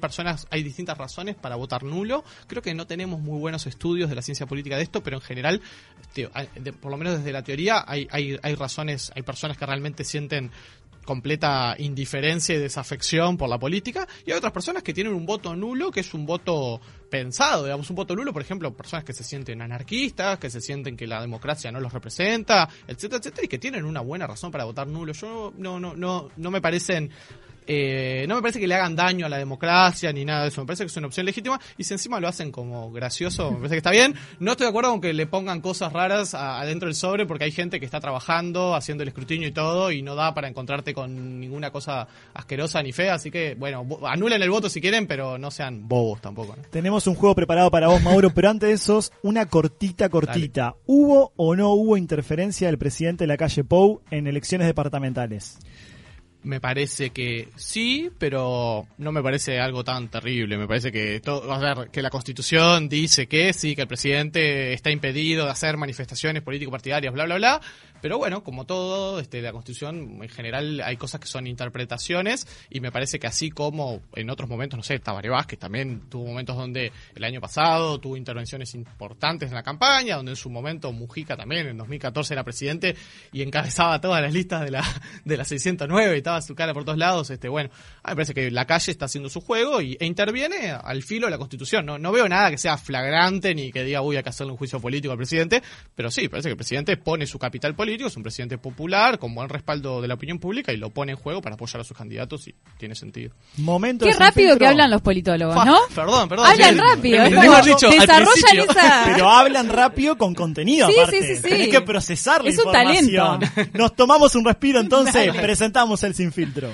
Speaker 17: Hay distintas razones para votar nulo. Creo que no tenemos muy buenos estudios de la ciencia política de esto, pero en general, por lo menos desde la teoría, hay razones, hay personas que realmente sienten completa indiferencia y desafección por la política, y hay otras personas que tienen un voto nulo, que es un voto pensado, digamos, un voto nulo, por ejemplo, personas que se sienten anarquistas, que se sienten que la democracia no los representa, etcétera, etcétera, y que tienen una buena razón para votar nulo. Yo no me parecen No me parece que le hagan daño a la democracia ni nada de eso. Me parece que es una opción legítima y si encima lo hacen como gracioso, me parece que está bien. No estoy de acuerdo con que le pongan cosas raras adentro del sobre porque hay gente que está trabajando, haciendo el escrutinio y todo y no da para encontrarte con ninguna cosa asquerosa ni fea. Así que, bueno, anulen el voto si quieren, pero no sean bobos tampoco, ¿no?
Speaker 3: Tenemos un juego preparado para vos, Mauro, pero antes de eso, una cortita. Dale. ¿Hubo o no hubo interferencia del presidente de la calle Pou en elecciones departamentales?
Speaker 17: Me parece que sí, pero no me parece algo tan terrible. Me parece que que la Constitución dice que sí, que el presidente está impedido de hacer manifestaciones político-partidarias, bla, bla, bla. Pero bueno, como todo, la Constitución en general hay cosas que son interpretaciones y me parece que así como en otros momentos, no sé, Tabaré Vázquez también tuvo momentos donde el año pasado tuvo intervenciones importantes en la campaña, donde en su momento Mujica también en 2014 era presidente y encabezaba todas las listas de la 609 y estaba su cara por todos lados. Bueno, me parece que la calle está haciendo su juego e interviene al filo de la Constitución. No veo nada que sea flagrante ni que diga, hay que hacerle un juicio político al presidente, pero sí, parece que el presidente pone su capital político, es un presidente popular, con buen respaldo de la opinión pública y lo pone en juego para apoyar a sus candidatos y tiene sentido.
Speaker 4: Qué rápido que hablan los politólogos, ¿no?
Speaker 17: Perdón.
Speaker 4: Hablan rápido.
Speaker 3: Desarrollan esa... Pero hablan rápido con contenido, aparte.
Speaker 4: Sí.
Speaker 3: Tenés que procesar la
Speaker 4: información.
Speaker 3: Es un talento. Nos tomamos un respiro, entonces presentamos el Sin Filtro.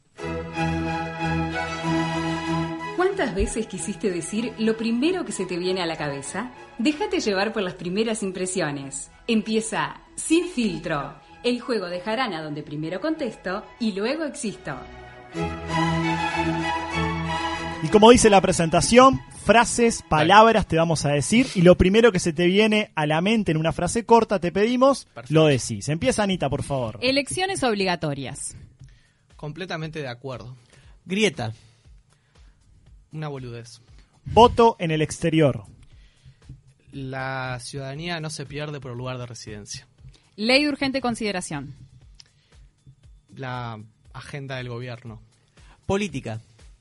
Speaker 2: ¿Cuántas veces quisiste decir lo primero que se te viene a la cabeza? Déjate llevar por las primeras impresiones. Empieza Sin Filtro, el juego de Jarana donde primero contesto y luego existo.
Speaker 3: Y como dice la presentación, frases, palabras te vamos a decir y lo primero que se te viene a la mente en una frase corta te pedimos, perfecto, lo decís. Empieza Anita, por favor.
Speaker 4: Elecciones obligatorias.
Speaker 17: Completamente de acuerdo.
Speaker 5: Grieta.
Speaker 17: Una boludez.
Speaker 3: Voto en el exterior.
Speaker 17: La ciudadanía no se pierde por el lugar de residencia.
Speaker 4: Ley de urgente consideración.
Speaker 17: La agenda del gobierno.
Speaker 5: Política.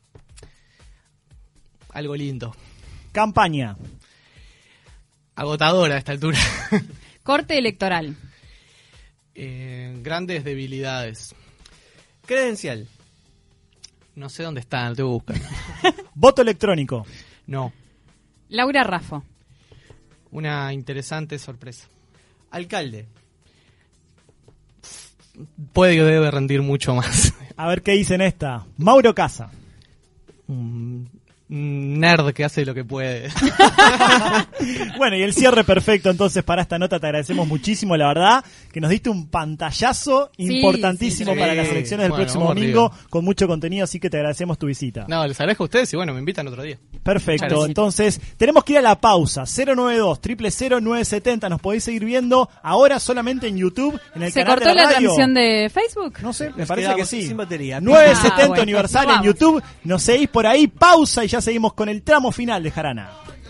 Speaker 17: Algo lindo.
Speaker 3: Campaña.
Speaker 17: Agotadora a esta altura.
Speaker 4: Corte electoral.
Speaker 17: Grandes debilidades.
Speaker 5: Credencial.
Speaker 17: No sé dónde están, lo tengo que buscar.
Speaker 3: Voto electrónico.
Speaker 17: No.
Speaker 4: Laura Raffo.
Speaker 17: Una interesante sorpresa.
Speaker 5: Alcalde.
Speaker 17: Puede que debe rendir mucho más.
Speaker 3: A ver qué dicen esta. Mauro Casa.
Speaker 17: Nerd que hace lo que puede.
Speaker 3: Bueno, y el cierre perfecto entonces para esta nota. Te agradecemos muchísimo, la verdad, que nos diste un pantallazo importantísimo para las elecciones del próximo domingo, con mucho contenido, así que te agradecemos tu visita.
Speaker 17: No, les agradezco a ustedes y bueno, me invitan otro día.
Speaker 3: Perfecto, entonces tenemos que ir a la pausa. 092-000-970, nos podéis seguir viendo ahora solamente en YouTube, en el canal de la radio. ¿Se cortó la
Speaker 4: transmisión de Facebook?
Speaker 3: No sé, me parece que sí.
Speaker 5: Sin batería.
Speaker 3: 970 Universal en YouTube, nos seguís por ahí, pausa y ya seguimos con el tramo final de Jarana.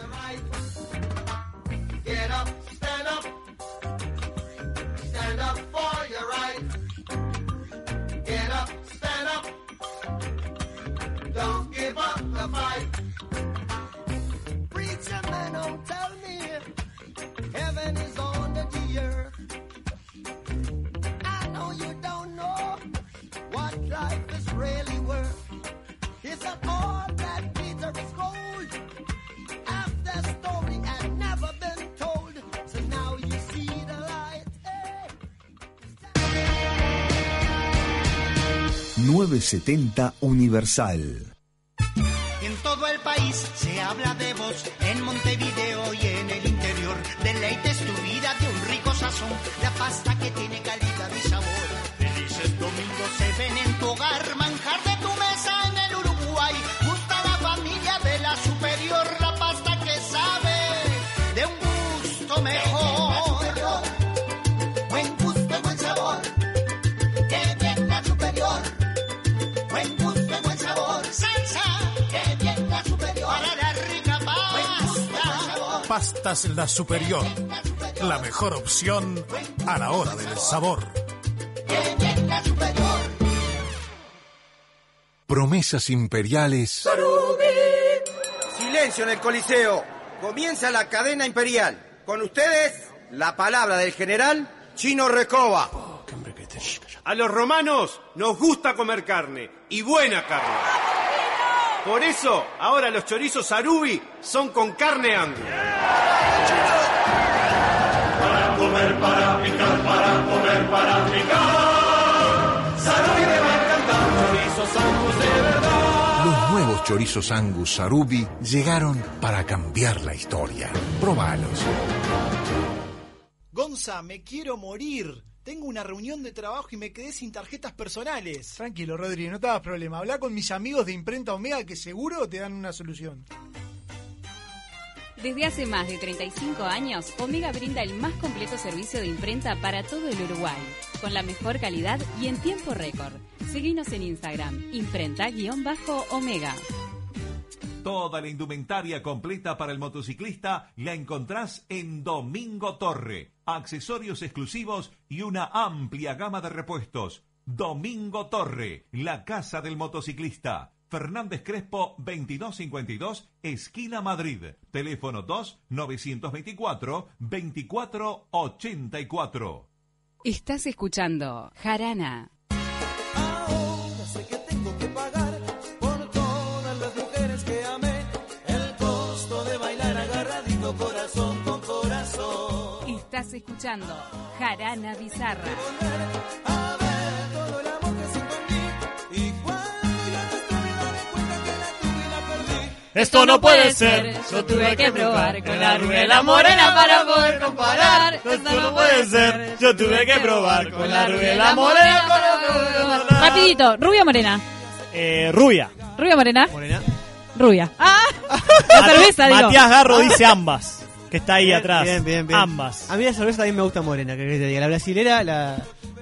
Speaker 9: ...970 Universal.
Speaker 14: En todo el país se habla de vos, en Montevideo y en el interior. Deleites tu vida de un rico sazón, la pasta que tiene calidad y sabor. Felices domingos se ven en tu hogar, manjar de tu mesa en el Uruguay. Gusta la familia de la superior, la pasta que sabe de un gusto mejor. Buen gusto, buen sabor, que bien la superior. Buen gusto, buen sabor, salsa, que bien la superior. Para la rica pasta.
Speaker 15: Pastas La Superior, la mejor opción a la hora del sabor.
Speaker 14: Que bien la superior.
Speaker 9: Promesas imperiales.
Speaker 10: Silencio en el Coliseo. Comienza la cadena imperial. Con ustedes, la palabra del general Chino Recoba.
Speaker 6: A los romanos nos gusta comer carne, y buena carne. Por eso, ahora los chorizos Sarubi son con carne Angus.
Speaker 12: Para comer, para picar, para comer, para picar. Sarubi te va a encantar, chorizos Angus de verdad.
Speaker 9: Los nuevos chorizos Angus Sarubi llegaron para cambiar la historia. Probalos.
Speaker 3: Gonza, me quiero morir. Tengo una reunión de trabajo y me quedé sin tarjetas personales.
Speaker 8: Tranquilo, Rodri, no te hagas problema. Habla con mis amigos de Imprenta Omega que seguro te dan una solución.
Speaker 2: Desde hace más de 35 años, Omega brinda el más completo servicio de imprenta para todo el Uruguay, con la mejor calidad y en tiempo récord. Seguinos en Instagram, imprenta_Omega.
Speaker 13: Toda la indumentaria completa para el motociclista la encontrás en Domingo Torre. Accesorios exclusivos y una amplia gama de repuestos. Domingo Torre, la casa del motociclista. Fernández Crespo 2252, esquina Madrid. Teléfono 2-924-2484.
Speaker 2: Estás escuchando Jarana.
Speaker 16: Ahora sé que tengo que pagar por todas las mujeres que amé. El costo de bailar agarradito corazón con corazón.
Speaker 2: Estás escuchando Jarana Bizarra.
Speaker 16: A ver todo el amor que siento en mí. Y cuando ya no estoy me daré cuenta que la tuve y la perdí.
Speaker 3: Esto no puede ser, yo tuve que probar con la rubia y la morena para poder comparar. Esto no puede ser, yo tuve que probar con la rubia y la morena para poder comparar.
Speaker 4: Rapidito, ¿rubia o morena?
Speaker 3: Rubia.
Speaker 4: ¿Rubia o morena?
Speaker 5: Morena.
Speaker 4: Rubia. ¡Ah! La cerveza, digo.
Speaker 3: Matías Garro dice ambas, que está ahí atrás.
Speaker 5: Bien.
Speaker 3: Ambas.
Speaker 5: A mí la cerveza también me gusta morena, que te diga. La brasilera, la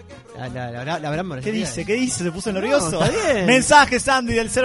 Speaker 5: brama.
Speaker 3: ¿Qué dice? ¿Se puso nervioso?
Speaker 5: No, está bien.
Speaker 3: Mensaje, Sandy, del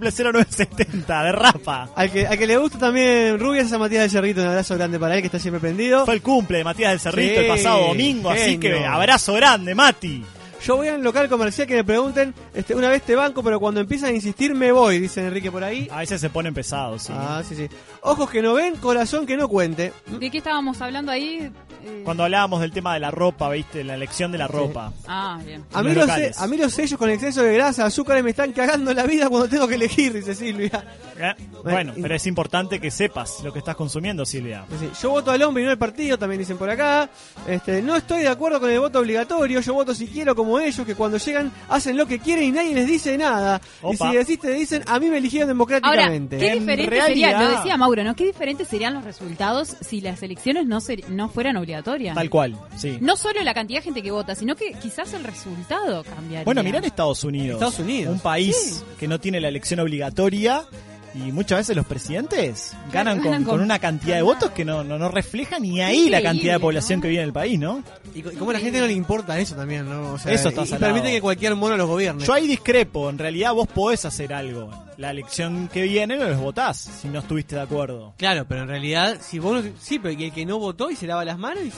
Speaker 3: 092-00970, de Rafa.
Speaker 5: Al que le gusta también Rubia es a Matías del Cerrito. Un abrazo grande para él, que está siempre prendido.
Speaker 3: Fue el cumple de Matías del Cerrito
Speaker 5: Sí,
Speaker 3: el pasado domingo, así
Speaker 5: genio.
Speaker 3: que abrazo grande, Mati.
Speaker 5: Yo voy a un local comercial que me pregunten, una vez te banco, pero cuando empiezan a insistir me voy, dice Enrique por ahí.
Speaker 3: A veces se ponen pesados, sí.
Speaker 5: Ah, sí. Ojos que no ven, corazón que no cuente.
Speaker 4: ¿De qué estábamos hablando ahí?
Speaker 3: Cuando hablábamos del tema de la ropa, ¿viste? La elección de la ropa.
Speaker 4: Ah, bien.
Speaker 5: A mí los sellos con exceso de grasa, azúcares me están cagando la vida cuando tengo que elegir, dice Silvia.
Speaker 3: Bueno, pero es importante que sepas lo que estás consumiendo, Silvia.
Speaker 5: Sí, yo voto al hombre y no al partido, también dicen por acá. No estoy de acuerdo con el voto obligatorio, yo voto si quiero como ellos, que cuando llegan hacen lo que quieren y nadie les dice nada.
Speaker 3: Opa.
Speaker 5: Y si decís, te dicen, a mí me eligieron democráticamente.
Speaker 4: Ahora, qué diferente sería, lo decía Mauro, ¿no? Qué diferentes serían los resultados si las elecciones no fueran obligatorias.
Speaker 3: Tal cual, sí.
Speaker 4: No solo la cantidad de gente que vota, sino que quizás el resultado cambiaría.
Speaker 3: Bueno, mirá en Estados Unidos. Un país que no tiene la elección obligatoria. Y muchas veces los presidentes ganan con una cantidad de votos que no refleja ni ahí
Speaker 4: Increíble,
Speaker 3: la cantidad de población
Speaker 4: ¿no?
Speaker 3: que vive en el país, ¿no?
Speaker 5: Y como a la gente no le importa eso también, ¿no? O sea,
Speaker 3: Eso está
Speaker 5: y
Speaker 3: salado.
Speaker 5: permite que cualquier mono los gobierne.
Speaker 3: Yo ahí discrepo. En realidad vos podés hacer algo. La elección que viene no los votás si no estuviste de acuerdo.
Speaker 5: Claro, pero en realidad, si vos no, sí, pero el que no votó y se lava las manos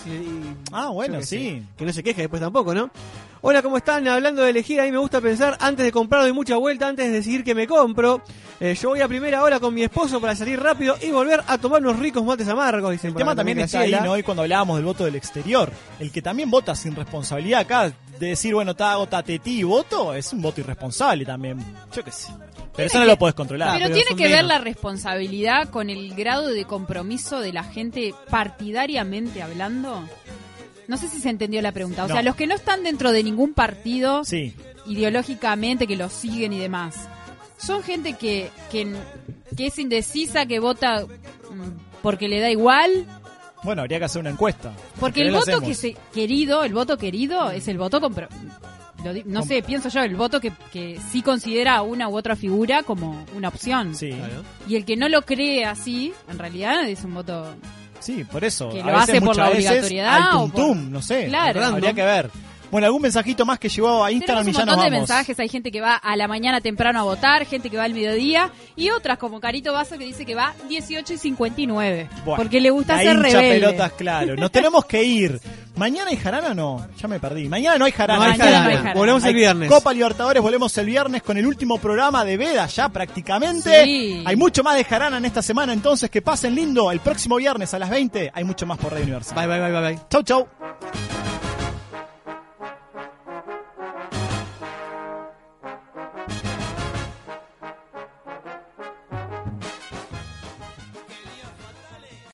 Speaker 3: bueno,
Speaker 5: yo qué
Speaker 3: sí.
Speaker 5: sé, que no se queje después tampoco, ¿no? Hola, ¿cómo están? Hablando de elegir, a mí me gusta pensar antes de comprar, doy mucha vuelta antes de decidir que me compro. Yo voy a primera hora con mi esposo para salir rápido y volver a tomar unos ricos mates amargos, dicen.
Speaker 3: El tema también está ahí, ¿no? Y cuando hablábamos del voto del exterior, el que también vota sin responsabilidad acá, de decir, bueno, hago tatetí y voto, es un voto irresponsable también. Yo qué sé. Pero eso no lo podés controlar.
Speaker 4: Pero tiene que ver la responsabilidad con el grado de compromiso de la gente partidariamente hablando. No sé si se entendió la pregunta. O sea, los que no están dentro de ningún partido ideológicamente, que los siguen y demás, son gente que es indecisa, que vota porque le da igual.
Speaker 3: Bueno, habría que hacer una encuesta.
Speaker 4: Porque el voto querido es el voto no sé, pienso yo, el voto que sí considera a una u otra figura como una opción.
Speaker 3: Sí. Claro.
Speaker 4: Y el que no lo cree así, en realidad es un voto...
Speaker 3: Sí, por eso.
Speaker 4: Que lo hace por la obligatoriedad.
Speaker 3: Al tum-tum, no sé.
Speaker 4: Claro.
Speaker 3: Habría que ver. Bueno, algún mensajito más que llegó a Instagram y ya nos vamos.
Speaker 4: Tenemos un montón de mensajes. Hay gente que va a la mañana temprano a votar, gente que va al mediodía y otras como Carito Vaso que dice que va 18:59.
Speaker 3: Bueno,
Speaker 4: porque le gusta
Speaker 3: la
Speaker 4: ser
Speaker 3: hincha
Speaker 4: rebelde.
Speaker 3: pelotas, claro. Nos tenemos que ir. ¿Mañana hay jarana o no? Ya me perdí. Mañana no hay jarana.
Speaker 5: No hay jarana. Volvemos el viernes.
Speaker 3: Copa Libertadores, volvemos el viernes con el último programa de Veda ya prácticamente.
Speaker 4: Sí.
Speaker 3: Hay mucho más de jarana en esta semana, entonces que pasen lindo. El próximo viernes a las 20 hay mucho más por Radio Universal.
Speaker 5: Bye.
Speaker 3: Chau, chau.